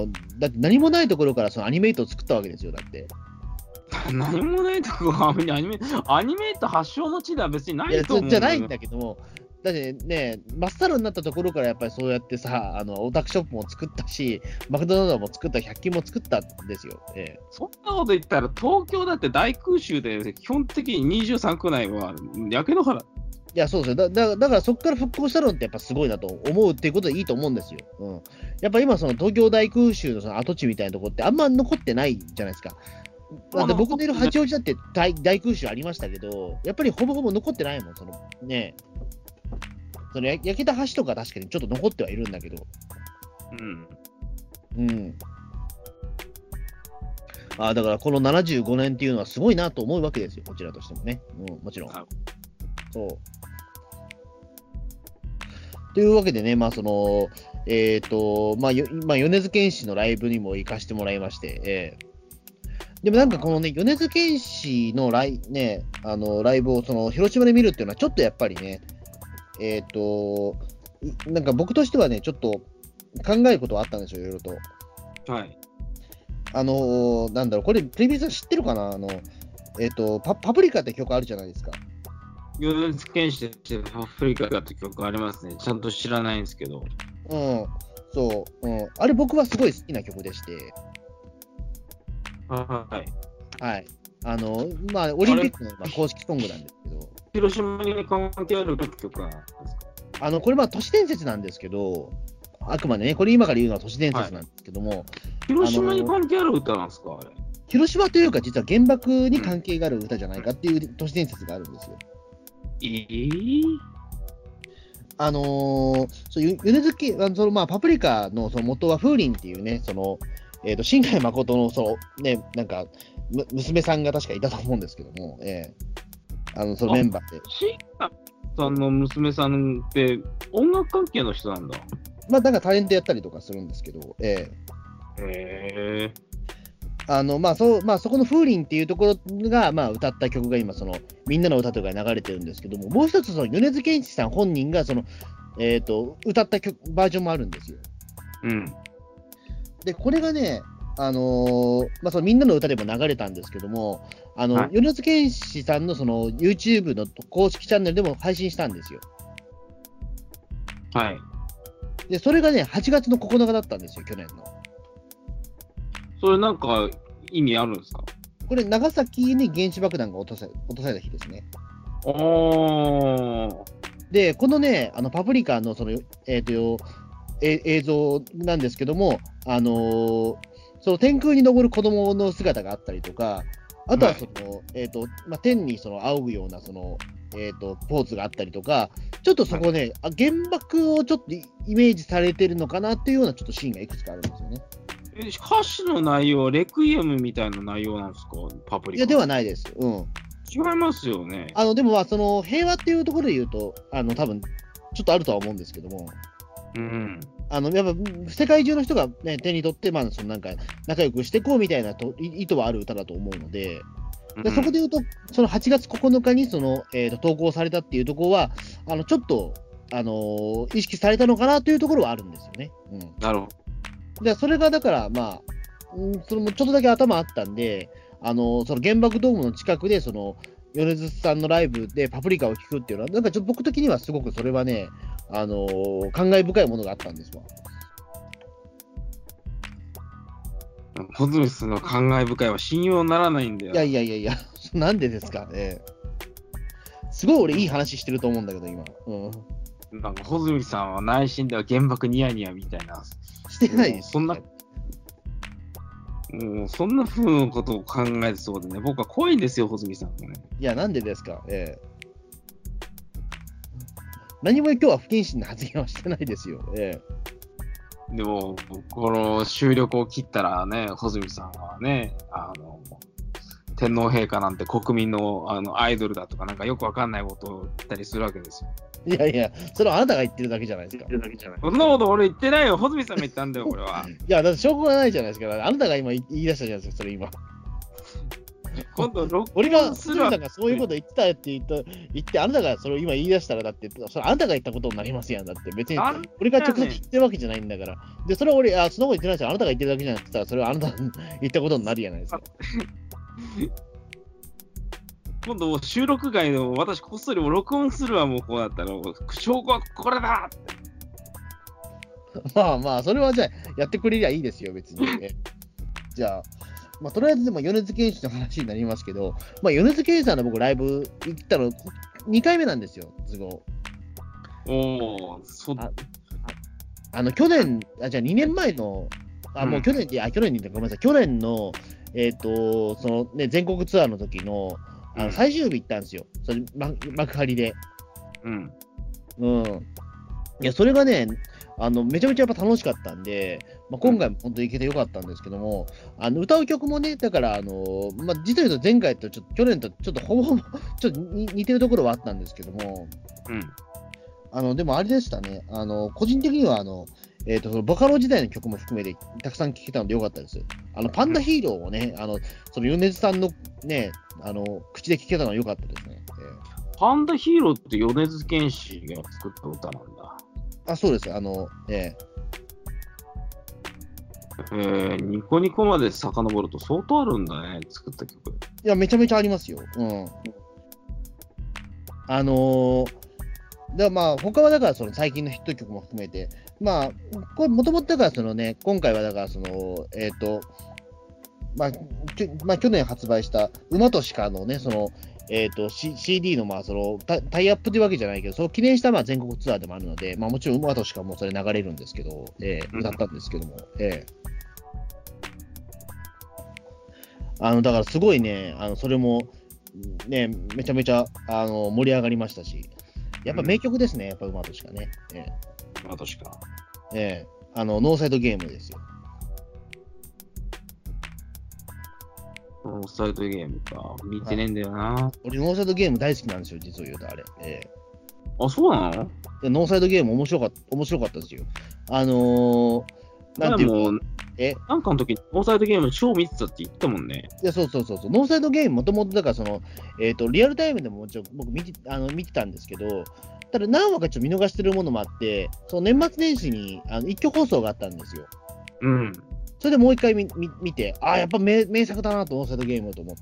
だって何もないところからそのアニメイトを作ったわけですよ、だって。 何もないところアニメート発祥の地では別にないと思う。 じゃないんだけども、だってね、真っさらになったところからやっぱりそうやってさ、オタクショップも作ったし、マクドナルドも作った、100均も作ったんですよ。 そんなこと言ったら、東京だって大空襲で、基本的に23区内は焼け野原。 いや、そうですよ。だからそこから復興したのってやっぱすごいなと思うっていうことでいいと思うんですよ。やっぱ今その東京大空襲のその跡地みたいなところってあんま残ってないじゃないですか。だって僕のいる八王子だって大空襲ありましたけど、やっぱりほぼほぼ残ってないもん、その焼けた橋とか確かにちょっと残ってはいるんだけど。だからこの75年っていうのはすごいなと思うわけですよ、こちらとしてもね。もちろん。そう。というわけでね、米津玄師のライブにも行かせてもらいまして、でもなんかこのね、米津玄師のライブをその広島で見るっていうのはちょっとやっぱりね、なんか僕としてはね、ちょっと考えることはあったんですよ、いろいろと。 はい。 なんだろう、これ、プレビューさん知ってるかなパプリカって曲あるじゃないですか。 米津玄師ってパプリカって曲ありますね。ちゃんと知らないんですけど。 そう。あれ僕はすごい好きな曲でして。 はい。 オリンピックの公式ソングなんですけど。 広島に関係ある曲なんですか？ これ都市伝説なんですけど、あくまでね、これ今から言うのは都市伝説なんですけども。 広島に関係ある歌なんですか、あれ。 広島というか、実は原爆に関係がある歌じゃないかっていう都市伝説があるんですよ。 そう米津玄パプリカのその元は風鈴っていうね、新海誠のなんか娘さんが確かいたと思うんですけども、そのメンバーで。 新海さんの娘さんって音楽関係の人なんだ。 なんかタレントやったりとかするんですけど、そこの風鈴っていうところが、歌った曲が今、みんなの歌とか流れてるんですけども、もう一つ、米津玄師さん本人が、歌った曲バージョンもあるんですよ。 うん。 で、これがね、みんなの歌でも流れたんですけども、米津玄師さんのYouTube の公式チャンネルでも配信したんですよ。 はい。 で、それがね、8月の9日だったんですよ、去年の。 それなんか意味あるんですか？ これ、長崎に原子爆弾が落とされた日ですね。で、このね、パプリカの映像なんですけども、天空に昇る子供の姿があったりとか、あとは天に仰ぐようなポーズがあったりとか、ちょっとそこね、原爆をちょっとイメージされてるのかなっていうようなちょっとシーンがいくつかあるんですよね。 歌詞の内容はレクイエムみたいな内容なんですか、パプリカ？ いや、ではないです。うん。 違いますよね。 でも平和っていうところで言うと、多分ちょっとあるとは思うんですけども、 うん。 やっぱ世界中の人が、ね、手に取って、なんか仲良くしていこうみたいな意図はある歌だと思うので、そこで言うと、その8月9日に投稿されたっていうところは、ちょっと、意識されたのかなというところはあるんですよね。うん、 なるほど。 でそれがだから、それもちょっとだけ頭あったんで、その原爆ドームの近くで、米津さんのライブでパプリカを聴くっていうのは、なんかちょっと僕的にはすごくそれはね、感慨深いものがあったんですわ。 ホズミスの感慨深いは信用ならないんだよ。 いや、なんでですかね。すごい俺いい話してると思うんだけど、今。 なんかホズミさんは内心では原爆ニヤニヤみたいな。 してないです。 そんな風のことを考えてそうでね、僕は怖いんですよ、ホズミさんもね。 いや、なんでですか。何も今日は不謹慎な発言はしてないですよ。 でも、この収録を切ったらね、ホズミさんはね、天皇陛下なんて国民の、アイドルだとか、なんかよくわかんないことを言ったりするわけですよ。 いや、それはあなたが言ってるだけじゃないですか。 そんなこと俺言ってないよ、ホズミさんが言ったんだよ、これは。 いや、だって証拠がないじゃないですか。あなたが今言い出したじゃないですか、それ今。 今度、 俺が、ホズミさんがそういうこと言ってたって言って、あなたがそれを今言い出したら、だって、それあなたが言ったことになりますやん。だって、別に、俺が直接言ってるわけじゃないんだから。で、それは俺、そのこと言ってないし、あなたが言ってるだけじゃなくてさ、それはあなたが言ったことになるじゃないですか。 今度収録外の私こっそりも録音するわ、もうこうなったら証拠はこれだって 。それはじゃあやってくれりゃいいですよ、別に。じゃあ、とりあえずでも米津玄師の話になりますけど、米津玄師さんの僕ライブ行ったの2回目なんですよ、都合。去年、じゃあ2年前の、もう去年にごめんなさい、去年の、全国ツアーの時の、最終日行ったんですよ。それ幕張で。いや、それがね、めちゃめちゃやっぱ楽しかったんで、今回も本当に行けてよかったんですけども、歌う曲もね、だから、実を言うと前回と去年とちょっとほぼほぼちょっと似てるところはあったんですけども、でもあれでしたね、個人的にはそのボカロ時代の曲も含めてたくさん聴けたのでよかったです。パンダヒーローをね、その米津さんのね、口で聴けたのはよかったですね。 パンダヒーローって米津玄師が作った歌なんだ。 そうです。 ニコニコまで遡ると相当あるんだね、作った曲。 いや、めちゃめちゃありますよ。他はだからその最近のヒット曲も含めて、これもともとだから今回はだから去年発売した馬と鹿のね、CD のタイアップというわけじゃないけど、それを記念した全国ツアーでもあるので、もちろん馬と鹿もそれ流れるんですけど、歌ったんですけども、だからすごいね、それもね、めちゃめちゃ盛り上がりましたし、 やっぱ名曲ですね、やっぱ馬としかね。 馬としか。 ノーサイドゲームですよ。 ノーサイドゲームか。見てねえんだよな。 俺、ノーサイドゲーム大好きなんですよ、実を言うとあれ。 あ、そうなの？ ノーサイドゲーム面白かったですよ。なんていうか、 なんかの時にノーサイドゲーム超見てたって言ったもんね。 いや、そう。ノーサイドゲームもともと、だからリアルタイムでももちろん僕見てたんですけど、ただ何話かちょっと見逃してるものもあって、その年末年始に一挙放送があったんですよ。 うん。 それでもう一回見て、やっぱ名作だなと、ノーサイドゲームと思って。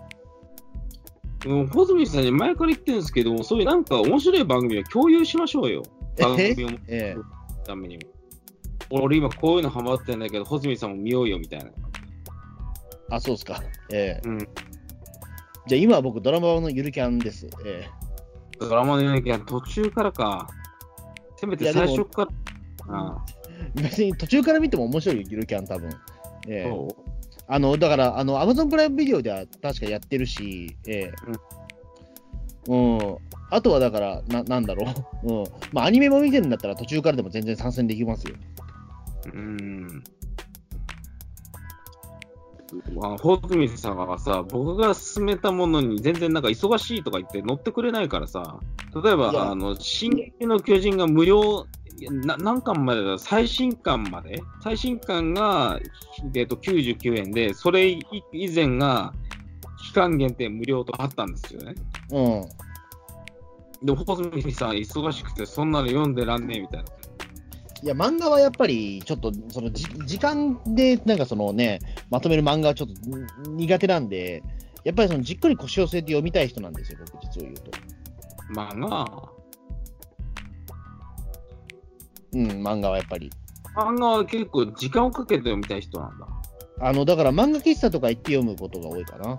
ホズミさんに前から言ってるんですけど、そういうなんか面白い番組は共有しましょうよ。番組を持ってためにも。俺今こういうのハマってんだけど、ホズミさんも見ようよみたいな。 あ、そうですか。じゃあ今は僕ドラマのゆるキャンです。 ドラマのゆるキャン途中からか。せめて最初から。 別に途中から見ても面白いよ、ゆるキャン多分。だから、Amazon プライムビデオでは確かやってるし、あとはだから、なんだろう。まあ、アニメも見てるんだったら途中からでも全然参戦できますよ。 ホズミさんはさ、僕が勧めたものに全然なんか忙しいとか言って乗ってくれないからさ、例えば、進撃の巨人が無料、何巻までだ、最新巻が、99円で、それ以前が期間限定無料とあったんですよね。でも、ホズミさん忙しくて、そんなの読んでらんねえみたいな。 いや、漫画はやっぱり、ちょっと、時間で、なんかまとめる漫画はちょっと苦手なんで、やっぱりじっくり腰を据えて読みたい人なんですよ、僕、実を言うと。漫画はやっぱり。 漫画は結構時間をかけて読みたい人なんだ。 だから漫画喫茶とか行って読むことが多いかな。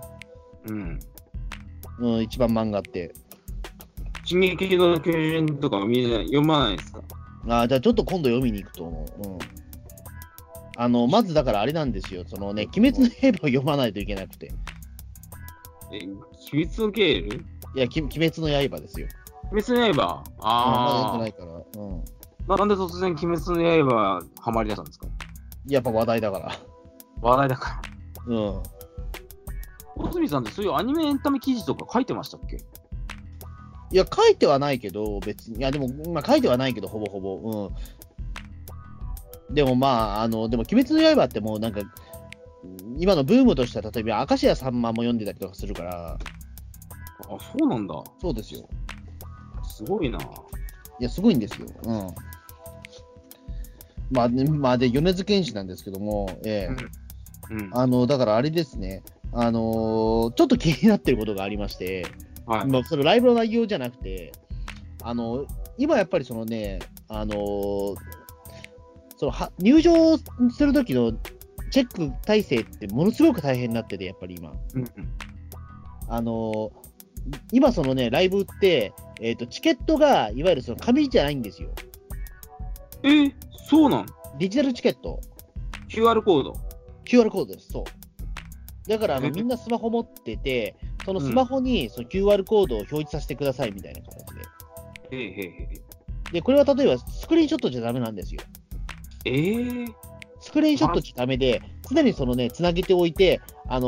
一番漫画って。 進撃の巨人とかみんな読まないですか？ じゃあちょっと今度読みに行くと思う。まずだからあれなんですよ。鬼滅の刃を読まないといけなくて。 鬼滅のケール？ いや、鬼滅の刃ですよ。 鬼滅の刃？ まだやってないから。 なんで突然鬼滅の刃ハマりだしたんですか？ やっぱ話題だから。 話題だから。ホズミさんってそういうアニメエンタメ記事とか書いてましたっけ？ いや、書いてはないけど、別に。いや、でも、書いてはないけど、ほぼほぼ。でもでも、鬼滅の刃ってもうなんか、今のブームとしては、例えば、明石家さんまも読んでたりとかするから。 そうなんだ。 そうですよ。 すごいな。 いや、すごいんですよ。で、米津玄師なんですけども、だからあれですね、ちょっと気になってることがありまして、それライブの内容じゃなくて、今やっぱり入場するときのチェック体制ってものすごく大変になってて、やっぱり今。今ライブって、チケットがいわゆる紙じゃないんですよ。 そうなん？ デジタルチケット。 QR コード。 QR コードです、そう。だからみんなスマホ持ってて、そのスマホにその QR コードを表示させてくださいみたいな形で。で、これは例えばスクリーンショットじゃダメなんですよ。スクリーンショットじゃダメで、常につなげておいて、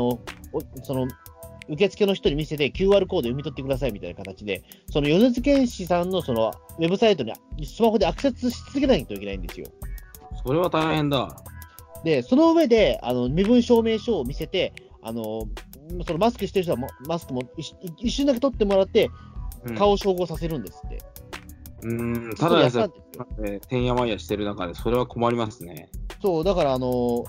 受付の人に見せて QR コード読み取ってくださいみたいな形で、米津玄師さんのウェブサイトにスマホでアクセスし続けないといけないんですよ。 それは大変だ。 で、その上で、身分証明書を見せて、マスクしてる人はマスクも一瞬だけ取ってもらって、顔を照合させるんですって。 ただでさえ、てんやわんやしてる中で、それは困りますね。 そう、だから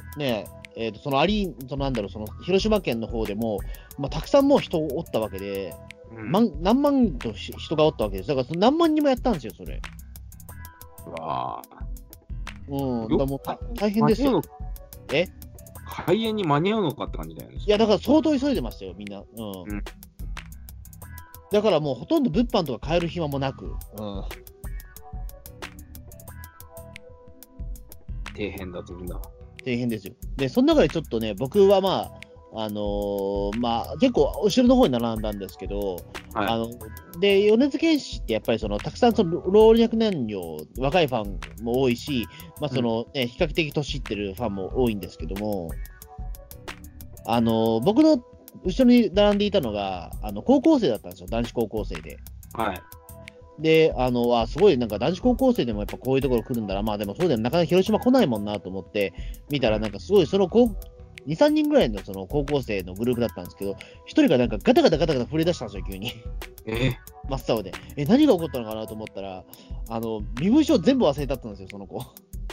広島県の方でも、たくさんもう人おったわけで、何万と人がおったわけです。だから何万人もやったんですよ、それ。 わだからもう大変ですよ。 開演に間に合うのかって感じだよね。 いや、だから相当急いでましたよ、みんな。だからもうほとんど物販とか買える暇もなく。 底辺だとみんな。 底辺ですよ。で、その中でちょっとね、僕は結構後ろの方に並んだんですけど、 はい、 で、米津玄師ってやっぱりたくさん老若男女、若いファンも多いし、比較的年いってるファンも多いんですけども、僕の後ろに並んでいたのが、高校生だったんですよ、男子高校生で。 はい。 で、すごいなんか男子高校生でもやっぱこういうところ来るんだな、まあでもそうだよ、なかなか広島来ないもんなと思って見たら、なんかすごい2、3人ぐらいの高校生のグループだったんですけど、1人がなんかガタガタ震え出したんですよ、急に。真っ青で。何が起こったのかなと思ったら、身分証全部忘れたったんですよ、その子。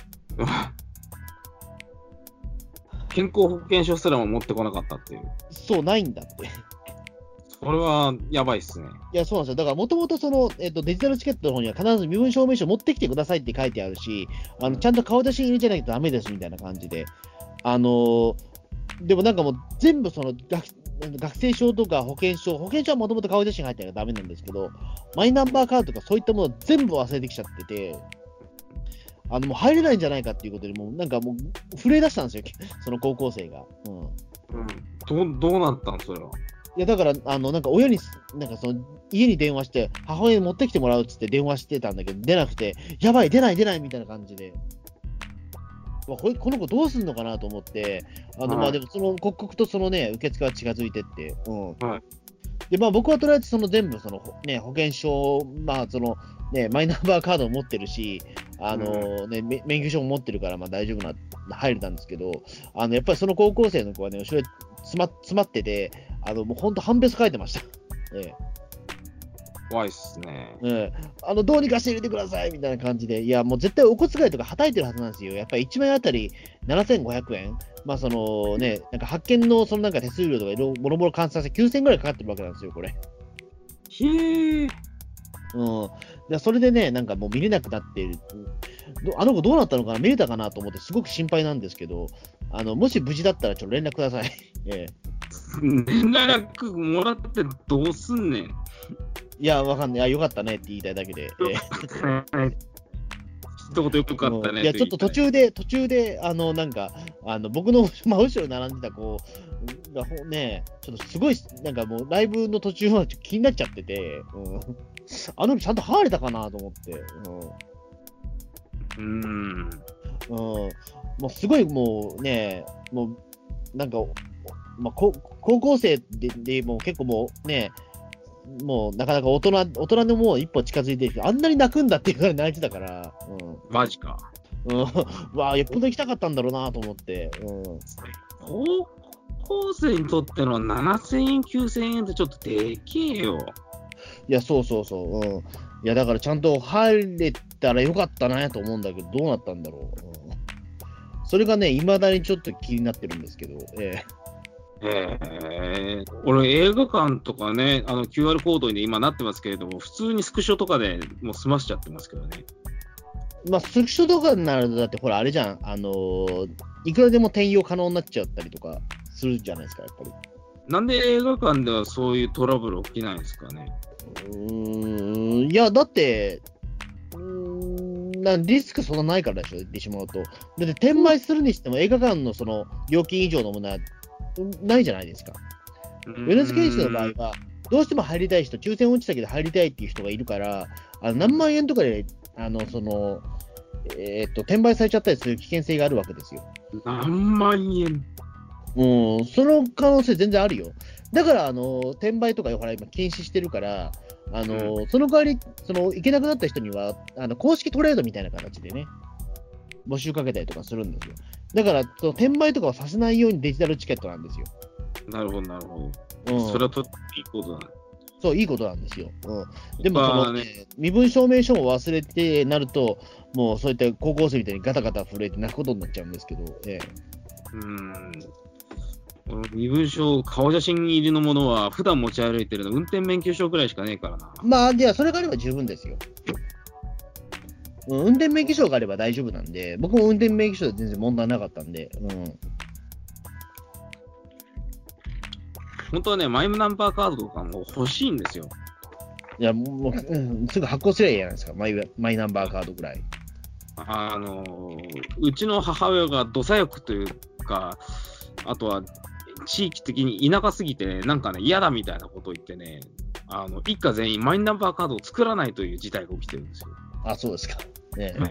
健康保険証すらも持ってこなかったっていう。 そう、ないんだって。 これはやばいっすね。 いや、そうなんですよ。だから、もともとデジタルチケットの方には必ず身分証明書持ってきてくださいって書いてあるし、ちゃんと顔出しに入れちゃないとダメですみたいな感じで。でもなんかもう全部学生証とか保険証はもともと顔写真入ってないからダメなんですけど、マイナンバーカードとかそういったもの全部忘れてきちゃってて、もう入れないんじゃないかっていうことで、もうなんかもう震え出したんですよ、その高校生が。 どうなったんそれは。 いやだからなんか親になんか家に電話して母親に持ってきてもらうっつって電話してたんだけど出なくて、やばい出ないみたいな感じで。この子どうすんのかなと思って、でも刻々と受付が近づいてって、で僕はとりあえず全部保険証、マイナンバーカードを持ってるし、免許証も持ってるから大丈夫入れたんですけど、やっぱりその高校生の子はね、後ろに詰まってて、もう本当、判別書いてました。 怖いっすね。 どうにかして入れてくださいみたいな感じで、いや、もう絶対お小遣いとかはたいてるはずなんですよ。やっぱり1枚あたり7500円、なんか発券のなんか手数料とかいろいろもろもろ換算して9000円ぐらいかかってるわけなんですよ、これ。 へえ。 それでね、なんかもう見れなくなっている。あの子どうなったのかな、見れたかなと思って、すごく心配なんですけど、もし無事だったらちょっと連絡ください。 連絡もらってどうすんねん。 いや、わかんない。よかったねって言いたいだけで。 一言よかったね。 いや、ちょっと途中で、なんか、僕の真後ろに並んでた子がね、ちょっとすごい、なんかもうライブの途中は気になっちゃってて、あの子ちゃんと入れたかなと思って、もうすごいもうね、もう、なんか、高校生でもう結構もうね、もうなかなか大人のもう一歩近づいてるけど、あんなに泣くんだっていうぐらい泣いてたから、 マジか。 わあ、よっぽど行きたかったんだろうなと思って、 高校生にとっての7000円、9000円ってちょっとでけえよ。 いや、そう。いや、だからちゃんと入れたらよかったなと思うんだけど、どうなったんだろう。それがね、未だにちょっと気になってるんですけど、 俺、映画館とかね、QR コードに今なってますけれども、普通にスクショとかでもう済ましちゃってますけどね。 スクショとかになると、だってほら、あれじゃん、いくらでも転用可能になっちゃったりとかするじゃないですか、やっぱり。 なんで映画館ではそういうトラブル起きないんですかね。 いや、だって、リスクそんなないからでしょ、言ってしまうと。だって転売するにしても映画館の料金以上のものはないじゃないですか。米津玄師の場合は、どうしても入りたい人、抽選落ちたけど入りたいっていう人がいるから、何万円とかで、転売されちゃったりする危険性があるわけですよ。 何万円？ その可能性全然あるよ。だから、転売とかほら今禁止してるから、その代わり、行けなくなった人には、公式トレードみたいな形でね、募集かけたりとかするんですよ。だから、転売とかはさせないようにデジタルチケットなんですよ。 なるほど。それはとっていいことだね。 そう、いいことなんですよ。でも身分証明書を忘れてなると、もうそういった高校生みたいにガタガタ震えて泣くことになっちゃうんですけど、 身分証、顔写真入りのものは、普段持ち歩いてるの、運転免許証くらいしかねえからな。 じゃあ、それがあれば十分ですよ。運転免許証があれば大丈夫なんで、僕も運転免許証で全然問題なかったんで、 本当はね、マイナンバーカードとかも欲しいんですよ。 いや、もう、すぐ発行すればいいじゃないですか、マイナンバーカードぐらい。 うちの母親が土左翼というか、あとは地域的に田舎すぎて、ね、なんかね、嫌だみたいなことを言ってね、一家全員マイナンバーカードを作らないという事態が起きてるんですよ。 あ、そうですか。ね、 はい、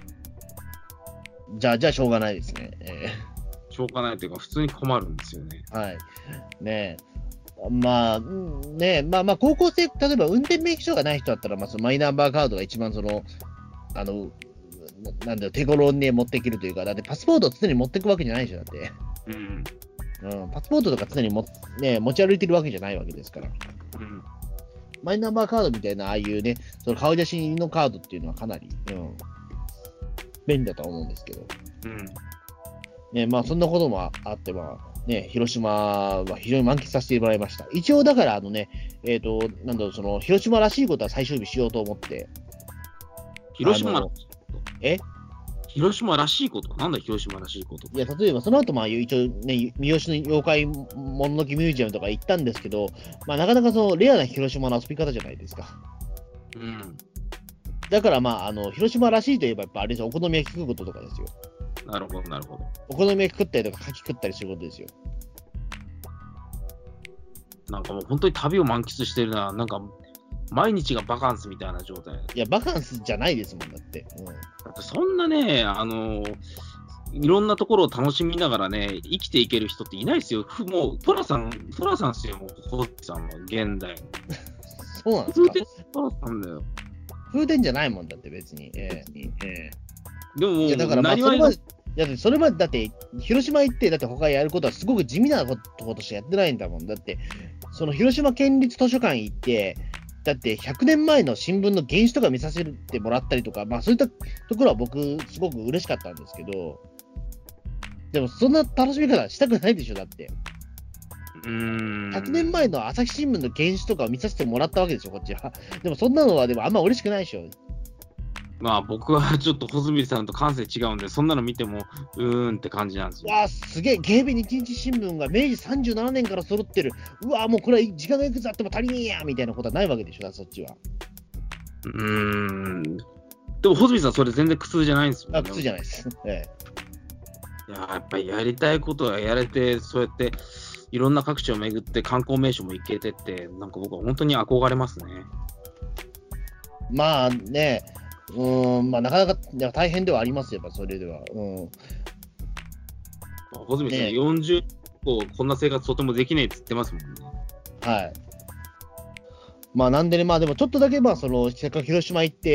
じゃあしょうがないですね。 しょうがないというか、普通に困るんですよね。 はい。ねまあ、高校生、例えば運転免許証がない人だったら、そのマイナンバーカードが一番なんだよ、手頃に持っていけるというか、だってパスポートを常に持っていくわけじゃないでしょ、だって。パスポートとか常に持ち歩いてるわけじゃないわけですから。マイナンバーカードみたいな、ああいうね、その顔写真のカードっていうのはかなり、便利だとは思うんですけど。そんなこともあって、広島は非常に満喫させてもらいました。一応だからその広島らしいことは最終日しようと思って。 広島らしいことなんだ広島らしいこと。 いや、例えばその後一応ね、三好の妖怪もののけミュージアムとか行ったんですけど、なかなかそのレアな広島の遊び方じゃないですか。だから広島らしいといえばやっぱあれですよ、お好み焼き食うこととかですよ。 なるほど、なるほど。 お好み焼き食ったりとか、牡蠣食ったりすることですよ。 なんかもう本当に旅を満喫してるな。なんか毎日がバカンスみたいな状態。 いや、バカンスじゃないですもん、だって。 だってそんなね、いろんなところを楽しみながらね、生きていける人っていないですよ。もう、トラさんですよ、もう、ホッチさんは、現代。 そうなんですか。 トラさんだよ。 風天じゃないもんだって、別に。 でももう、 だからそれまで、だって、広島行って、だって他やることはすごく地味なことしかやってないんだもん。だって、その広島県立図書館行って、だって100年前の新聞の原紙とか見させてもらったりとか、そういったところは僕、すごく嬉しかったんですけど、でもそんな楽しみ方したくないでしょ、だって。100年前の朝日新聞の原紙とかを見させてもらったわけでしょ、こっちは。でもそんなのは、でもあんま嬉しくないでしょ。 僕はちょっと穂積さんと感性違うんで、そんなの見ても、って感じなんですよ。 すげえ、芸備日日新聞が明治37年から揃ってる。もうこれは時間がいくつあっても足りねえやみたいなことはないわけでしょ、そっちは。 でも、穂積さん、それ全然苦痛じゃないんですよね。 苦痛じゃないです。 やっぱりやりたいことはやれて、そうやって、いろんな各地を巡って観光名所も行けてって、なんか僕は本当に憧れますね。 なかなか大変ではありますよ、やっぱそれでは。 穂積さん、40個こんな生活とてもできねえって言ってますもんね。 はい。なんでね、でもちょっとだけ、せっかく広島行って、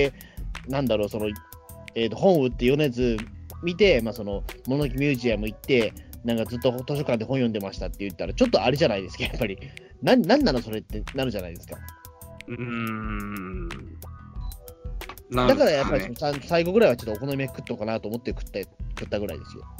本売って米津見て、もののけミュージアム行って、なんかずっと図書館で本読んでましたって言ったら、ちょっとあれじゃないですか、やっぱり。なんなのそれってなるじゃないですか。だからやっぱり最後ぐらいはちょっとお好み焼き食っとうかなと思って食ったぐらいですよ。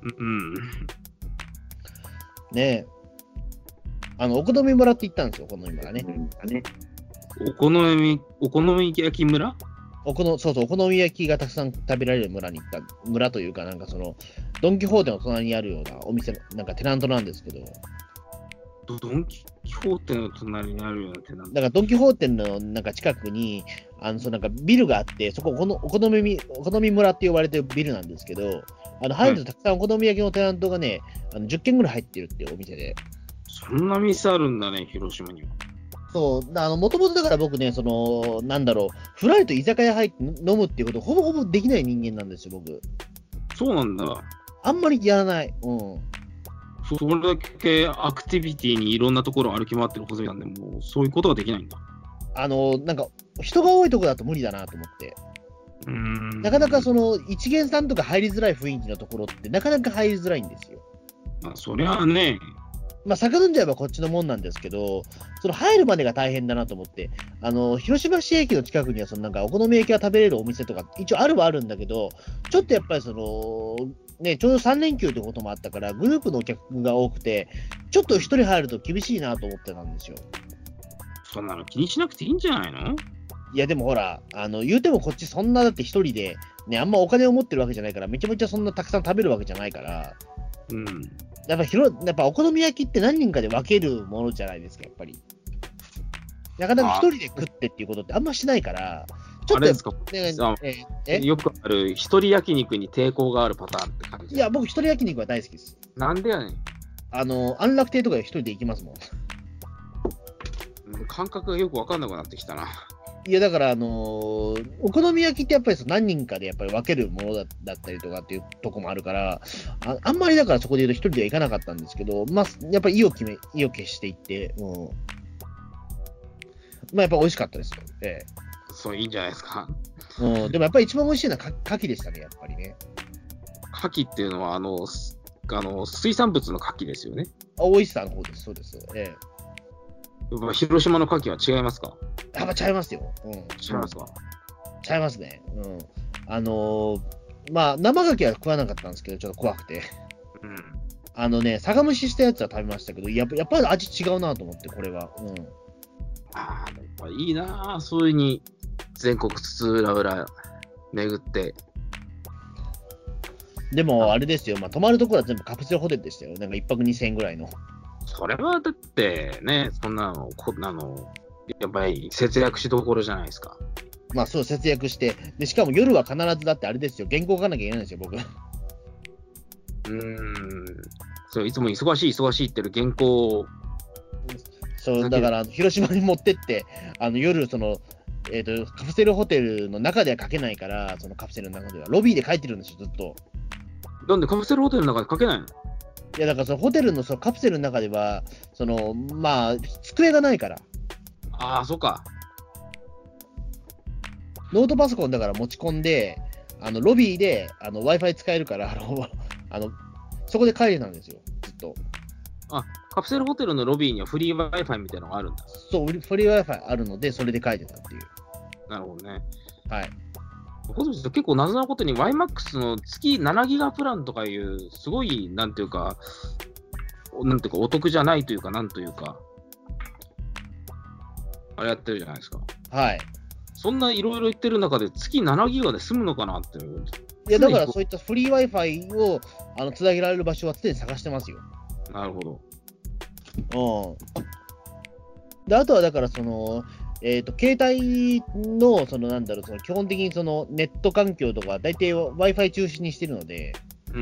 ねえ。お好み村って行ったんですよ、お好み村ね。 お好み焼き村？ そう、お好み焼きがたくさん食べられる村に行った。村というか、ドン・キホーテの隣にあるようなお店、テナントなんですけど。 ドン・キホーテの隣にあるようなテナント。 だからドン・キホーテの近くに、ビルがあって、そこお好み村って呼ばれてるビルなんですけど、入るとたくさんお好み焼きのテナントがね、10軒ぐらい入ってるっていうお店で。 そんな店あるんだね、広島には。 そう、もともとだから僕ね、ふらりと居酒屋入って飲むっていうことほぼほぼできない人間なんですよ、僕。 そうなんだ。 あんまりやらない。 それだけアクティビティにいろんなところを歩き回ってる細井さんでも、そういうことができないんだ。 人が多いところだと無理だなと思って。なかなか一元さんとか入りづらい雰囲気のところってなかなか入りづらいんですよ。 そりゃあね。 酒飲んじゃえばこっちのもんなんですけど、入るまでが大変だなと思って、広島市駅の近くにはお好み焼きが食べれるお店とか、一応あるんだけど、ちょっとやっぱりちょうど3連休ということもあったから、グループのお客が多くて、ちょっと一人入ると厳しいなと思ってたんですよ。 そんなの気にしなくていいんじゃないの？ いや、でもほら、言うてもこっちそんなだって一人で、あんまお金を持ってるわけじゃないから、めちゃめちゃそんなたくさん食べるわけじゃないから、やっぱお好み焼きって何人かで分けるものじゃないですか、やっぱり。なかなか一人で食ってっていうことってあんましないから、 ちょっとあれですか、よくある一人焼肉に抵抗があるパターンって感じ。 いや、僕一人焼肉は大好きです。 なんでやねん。 安楽亭とか一人で行きますもん。 感覚がよく分かんなくなってきたな。 いや、だから、お好み焼きってやっぱり何人かでやっぱり分けるものだったりとかっていうとこもあるから、あんまりだからそこで言うと一人では行かなかったんですけど、まあ、やっぱり意を決していって、まあ、やっぱ美味しかったですよ。 そう、いいんじゃないですか。 でもやっぱり一番美味しいのは牡蠣でしたね、やっぱりね。 牡蠣っていうのは、水産物の牡蠣ですよね。 オイスターの方です、そうです。 広島の牡蠣は違いますか？ やっぱちゃいますよ。 違いますか？ ちゃいますね。まあ、生牡蠣は食わなかったんですけど、ちょっと怖くて。酒蒸ししたやつは食べましたけど、やっぱり味違うなと思って、これは。 やっぱいいなぁ、そういうに全国津々浦々巡って。 でも、あれですよ、まあ、泊まるところは全部カプセルホテルでしたよ。なんか1泊2000円ぐらいの。 それはだってね、そんなの、やっぱり節約しどころじゃないですか。 まあそう、節約して。で、しかも夜は必ずだってあれですよ、原稿書かなきゃいけないんですよ、僕。 そう、いつも忙しいってる原稿を。 そう、だから、広島に持ってって、夜、カプセルホテルの中では書けないから、そのカプセルの中では、ロビーで書いてるんですよ、ずっと。 なんでカプセルホテルの中で書けないの？ いや、だからそのホテルのそのカプセルの中では、まあ、机がないから。 ああ、そうか。 ノートパソコンだから持ち込んで、ロビーでWi-Fi 使えるから、そこで書いてたんですよ、ずっと。 カプセルホテルのロビーにはフリー Wi-Fi みたいなのがあるんだ。 そう、フリー Wi-Fi あるので、それで書いてたっていう。 なるほどね。 はい。 結構謎なことに YMAX の月7ギガプランとかいう、すごい、なんていうか、お得じゃないというか、なんというか、あれやってるじゃないですか。 はい。 そんないろいろ言ってる中で、月7ギガで済むのかなっていう。 いや、だからそういったフリー Wi-Fi をつなげられる場所は常に探してますよ。 なるほど。 で、あとはだから、携帯の、基本的にネット環境とか、大体 Wi-Fi 中心にしてるので、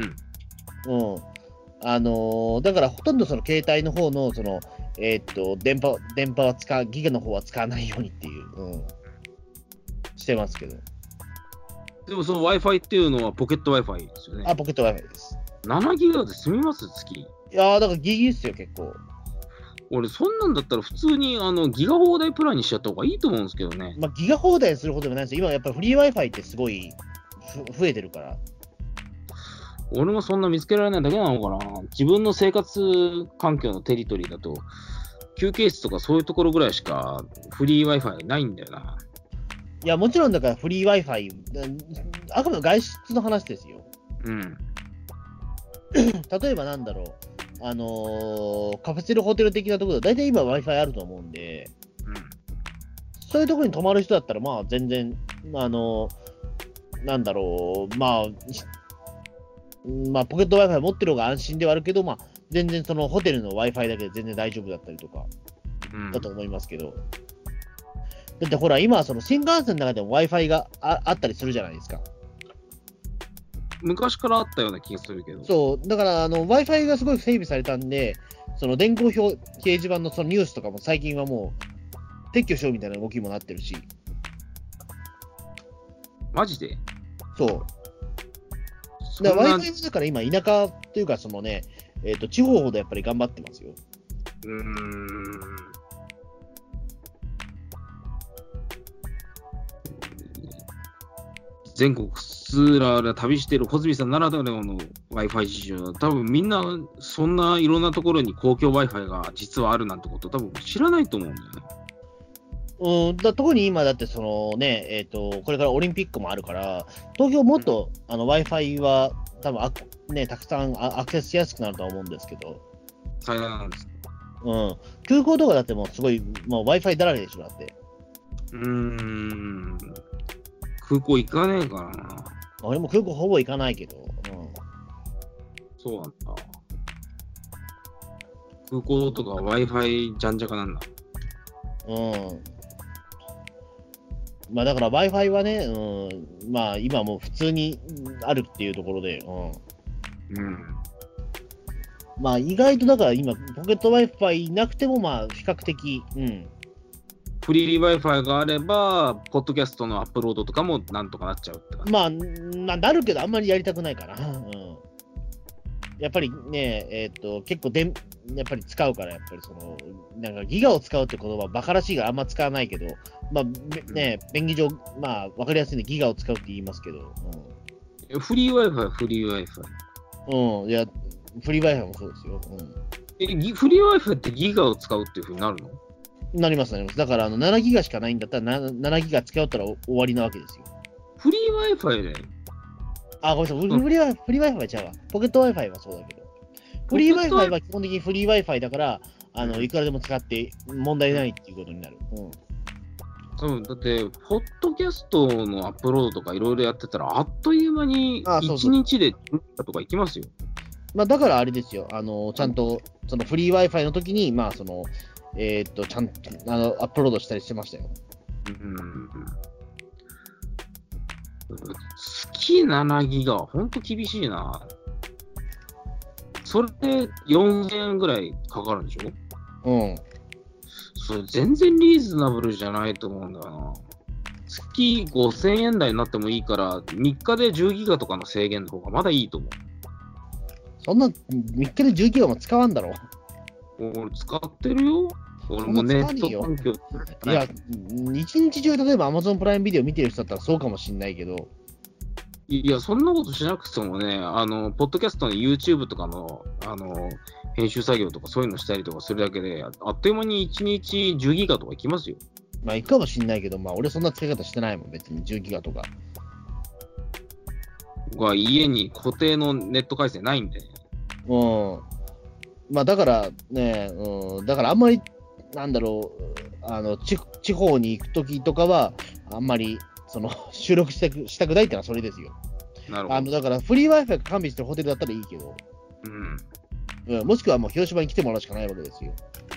だからほとんど携帯の方の、電波はギガの方は使わないようにっていう、してますけど。 でもその Wi-Fi っていうのはポケット Wi-Fi ですよね。 ポケット Wi-Fi です。 7ギガで済みます月？ いやー、だからギリですよ、結構。 俺、そんなんだったら普通にギガ放題プランにしちゃった方がいいと思うんですけどね。 まあ、ギガ放題するほどでもないですよ。今やっぱりフリー Wi-Fi ってすごい増えてるから。 俺もそんな見つけられないだけなのかな。自分の生活環境のテリトリーだと、休憩室とかそういうところぐらいしかフリー Wi-Fi ないんだよな。 いや、もちろんだからフリー Wi-Fi、あくまで外出の話ですよ。例えばなんだろう。カプセルホテル的なところで、大体今 Wi-Fi あると思うんで、そういうところに泊まる人だったら、まあ全然、なんだろう、まあポケット Wi-Fi 持ってる方が安心ではあるけど、まあ全然そのホテルの Wi-Fi だけで全然大丈夫だったりとか、だと思いますけど。だってほら、今、新幹線の中でも Wi-Fi があったりするじゃないですか。 昔からあったような気がするけど。 そう、だから、Wi-Fi がすごい整備されたんで、電光掲示板のニュースとかも最近はもう、撤去しようみたいな動きもなってるし。 マジで？ そう。だから Wi-Fi もだから今、田舎っていうか、地方ほどやっぱり頑張ってますよ。 全国津々浦々旅している穂積さんならではの Wi-Fi 事情は、多分みんなそんないろんなところに公共 Wi-Fi が実はあるなんてこと多分知らないと思うんだよね。 特に今だってこれからオリンピックもあるから、東京もっと、Wi-Fi は多分たくさんアクセスしやすくなるとは思うんですけど。 最大なんですか？ 空港とかだってもうすごい、もう Wi-Fi だらけでしょ、だって。 空港行かねえからな。 俺も空港ほぼ行かないけど。 そうなんだ。空港とか Wi-Fi じゃんじゃかなんだ。 まあだから Wi-Fi はね、まあ今もう普通にあるっていうところで、 まあ意外とだから今、ポケット Wi-Fi なくても、まあ比較的、 フリー Wi-Fi があれば、ポッドキャストのアップロードとかもなんとかなっちゃうって感じ。 まあ、なるけど、あんまりやりたくないかな。やっぱりね、結構やっぱり使うから、やっぱりなんかギガを使うって言葉、バカらしいからあんま使わないけど、まあ、便宜上、まあ、わかりやすいんでギガを使うって言いますけど。 フリー Wi-Fi。 いや、フリー Wi-Fi もそうですよ。 フリー Wi-Fi ってギガを使うっていうふうになるの？ なります、なります。だから、7ギガしかないんだったら、7ギガ使ったら終わりなわけですよ。 フリー Wi-Fi で？ あ、ごめんなさい、フリー Wi-Fi はちゃうわ。ポケット Wi-Fi はそうだけど。フリー Wi-Fi は基本的にフリー Wi-Fi だから、いくらでも使って問題ないっていうことになる。 だって、ポッドキャストのアップロードとかいろいろやってたら、あっという間に1日でとかいきますよ。 まあ、だからあれですよ、ちゃんと、そのフリー Wi-Fi の時に、まあ、ちゃんと、アップロードしたりしてましたよ。 月7ギガは本当厳しいな。それで4000円ぐらいかかるんでしょ？それ全然リーズナブルじゃないと思うんだよな。月5000円台になってもいいから、3日で10ギガとかの制限の方がまだいいと思う。 そんな3日で10ギガも使わんだろ。 俺使ってるよ。俺もネット環境。 いや、一日中例えば Amazon プライムビデオ見てる人だったらそうかもしんないけど。 いや、そんなことしなくてもね、ポッドキャストの YouTube とかの、編集作業とかそういうのしたりとかするだけで、あっという間に1日10ギガとかいきますよ。 まあ、いくかもしんないけど、まあ、俺そんな使い方してないもん、別に10ギガとか。 家に固定のネット回線ないんで。 まあ、だからね、だからあんまり、なんだろう、地方に行くときとかは、あんまり、収録したくないってのはそれですよ。 なるほど。 だから、フリー Wi-Fi が完備してるホテルだったらいいけど、もしくはもう広島に来てもらうしかないわけですよ。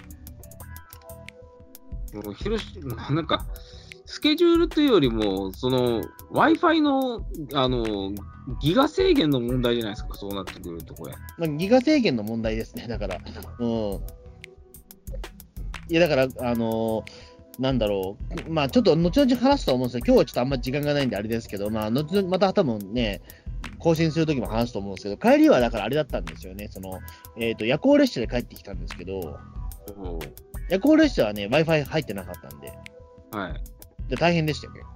広島、なんか、スケジュールというよりも、Wi-Fi の、ギガ制限の問題じゃないですか、そうなってくると、これ。 まあ、ギガ制限の問題ですね、だから。いや、だから、なんだろう、まあ、ちょっと後々話すと思うんですけど、今日はちょっとあんまり時間がないんであれですけど、まあ、後々また多分ね、更新するときも話すと思うんですけど、帰りはだからあれだったんですよね、夜行列車で帰ってきたんですけど、夜行列車はね、Wi-Fi 入ってなかったんで、で大変でしたよ、結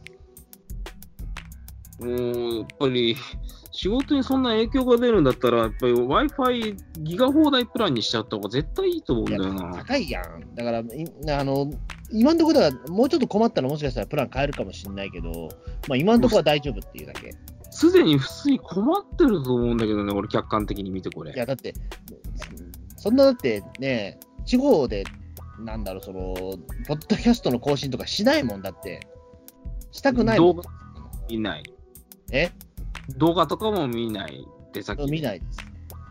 構。 やっぱり、仕事にそんな影響が出るんだったら、やっぱり Wi-Fi ギガ放題プランにしちゃった方が絶対いいと思うんだよな。 高いやん。だから、今のところだから、もうちょっと困ったらもしかしたらプラン変えるかもしれないけど、まあ今のところは大丈夫っていうだけ。 すでに普通に困ってると思うんだけどね、俺客観的に見てこれ。 いや、だって、そんなだってね、地方で、なんだろう、ポッドキャストの更新とかしないもんだって。したくないもん。 動画見ない。 動画とかも見ないってさっき。 見ないです。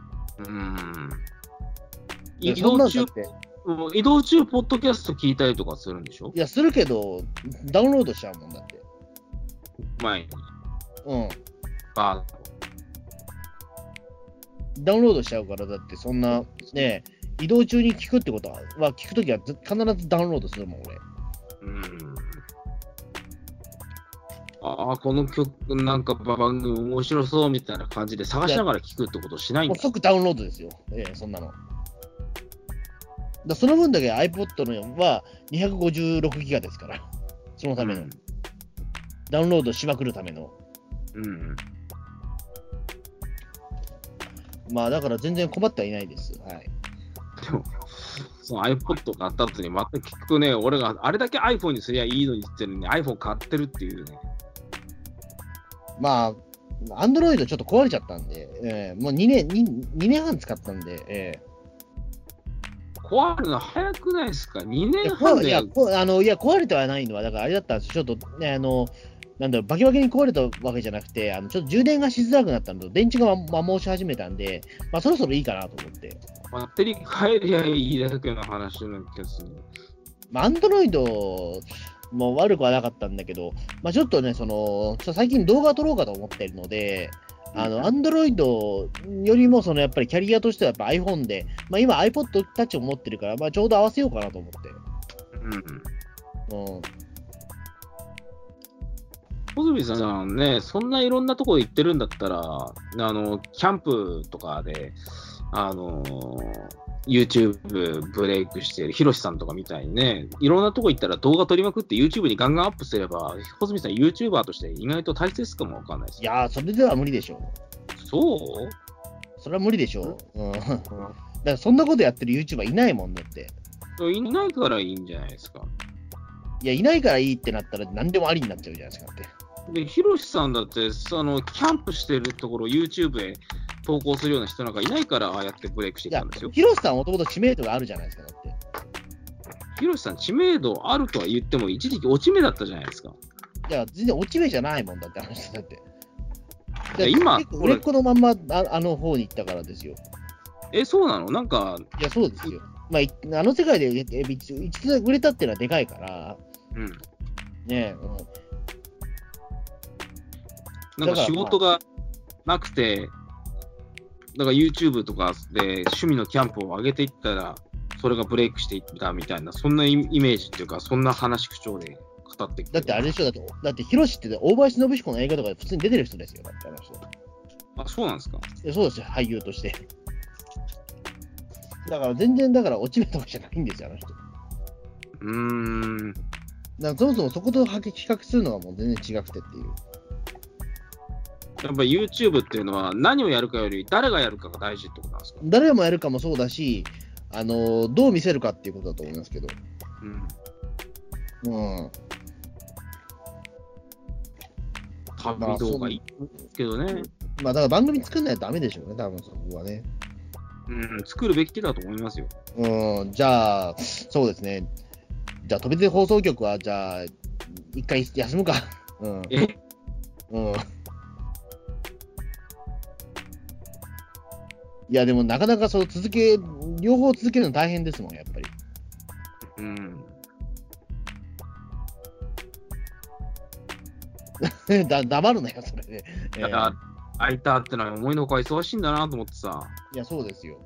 移動中、ポッドキャスト聞いたりとかするんでしょ？ いや、するけど、ダウンロードしちゃうもんだって。 前に。 ダウンロードしちゃうから、だってそんな、ね、移動中に聞くってことは、聞くときは必ずダウンロードするもん、俺。 この曲、なんか番組面白そうみたいな感じで探しながら聞くってことしないんだ。 もう即ダウンロードですよ。そんなの。その分だけ iPod のは256ギガですから、そのための。ダウンロードしまくるための。まあだから全然困ってはいないです。はい。 でも、その iPod 買った後にまた聞くね、俺があれだけ iPhone にすりゃいいのにって言ってるのに iPhone 買ってるっていうね。 まあ、Android ちょっと壊れちゃったんで、もう2年半使ったんで、 壊れるの早くないですか？ 2 年半で。 いや、壊れてはないのは、だからあれだったんですよ。ちょっとね、なんだろう、バキバキに壊れたわけじゃなくて、ちょっと充電がしづらくなったのと、電池が摩耗し始めたんで、まあ、そろそろいいかなと思って。 バッテリー変えりゃいいだけの話なんですね。 まあ、Android も悪くはなかったんだけど、まあ、ちょっとね、最近動画撮ろうかと思ってるので、 Android よりも、やっぱりキャリアとしてはやっぱ iPhone で、今 iPod Touch を持ってるから、ちょうど合わせようかなと思って。 小泉さんね、そんないろんなところ行ってるんだったら、キャンプとかで、YouTube ブレイクしているヒロシさんとかみたいにね、いろんなとこ行ったら動画撮りまくって YouTube にガンガンアップすれば、小泉さん YouTuber として意外と大切かもわかんないです。 いやー、それでは無理でしょう。 そうそれは無理でしょう。だからそんなことやってる YouTuber いないもんだって。 いないからいいんじゃないですか。 いや、いないからいいってなったら何でもありになっちゃうじゃないですかって。 で、ヒロシさんだって、キャンプしてるところ YouTube へ投稿するような人なんかいないから、ああやってブレイクしてきたんですよ。 ヒロシさんはもともと知名度があるじゃないですか、だって。 ヒロシさん、知名度あるとは言っても、一時期落ち目だったじゃないですか。 いや、全然落ち目じゃないもんだって話だって。 今、 結構売れっ子のまんまあの方に行ったからですよ。 そうなのなんか。 いや、そうですよ。あの世界で一度売れたっていうのはでかいから。ねえ。 なんか仕事がなくて、だから YouTube とかで趣味のキャンプを上げていったら、それがブレイクしていったみたいな、そんなイメージっていうか、そんな話口調で語ってきて。 だってあれでしょ、だってヒロシって大林信彦の映画とかで普通に出てる人ですよ、だってあの人。 あ、そうなんですか？ いや、そうですよ、俳優として。だから全然、落ち目とかじゃないんですよ、あの人。だからそもそもそこと比較するのがもう全然違くてっていう。 やっぱ YouTube っていうのは何をやるかより誰がやるかが大事ってことなんですか？ 誰もやるかもそうだし、どう見せるかっていうことだと思いますけど。 旅動画いいけどね。 だから番組作んないとダメでしょうね、多分そこはね。 作るべきだと思いますよ。 じゃあ、そうですね。じゃあ、飛び出放送局は、じゃあ、一回休むか。いや、でもなかなか両方続けるの大変ですもん、やっぱり。黙るなよ、それで。 ライターってのは思いのほか忙しいんだなと思ってさ。 いや、そうですよ。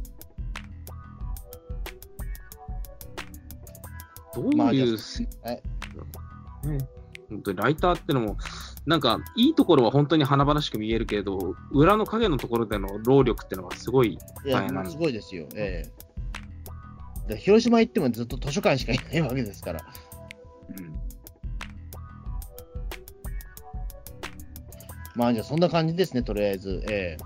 どういう、本当にライターってのも、なんかいいところは本当に華々しく見えるけれど、裏の影のところでの労力ってのはすごい大変なんです。 すごいですよ。で広島行ってもずっと図書館しかいないわけですから。じゃあそんな感じですね、とりあえず。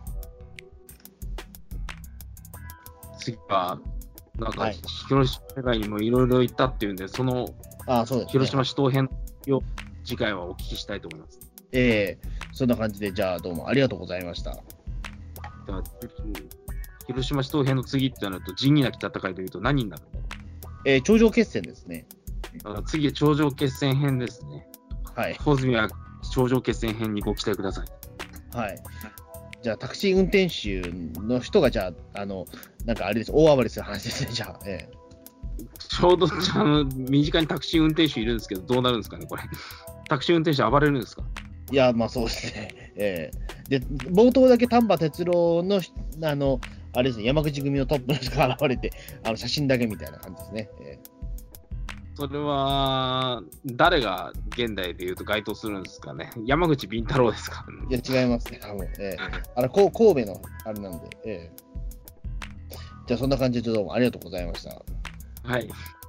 次は、なんか、広島以外にもいろいろ行ったっていうんで、そうですね、広島市東編を次回はお聞きしたいと思います。 そんな感じで、じゃあどうもありがとうございました。 広島市東編の次ってなると、仁義なき戦いというと何になるんだろう。頂上決戦ですね。 次は頂上決戦編ですね。穂積は頂上決戦編にご期待ください。 じゃあタクシー運転手の人が、じゃあ、なんかあれです、大暴れする話ですね、じゃあ。 ちょうど身近にタクシー運転手いるんですけど、どうなるんですかね、これ。タクシー運転手暴れるんですか？ いや、そうですね。で、冒頭だけ丹波哲郎の、あれですね、山口組のトップの人が現れて、写真だけみたいな感じですね。 それは、誰が現代で言うと該当するんですかね。山口敏太郎ですか？ いや、違いますね、多分。神戸のあれなんで。じゃあ、そんな感じでどうもありがとうございました。 はい。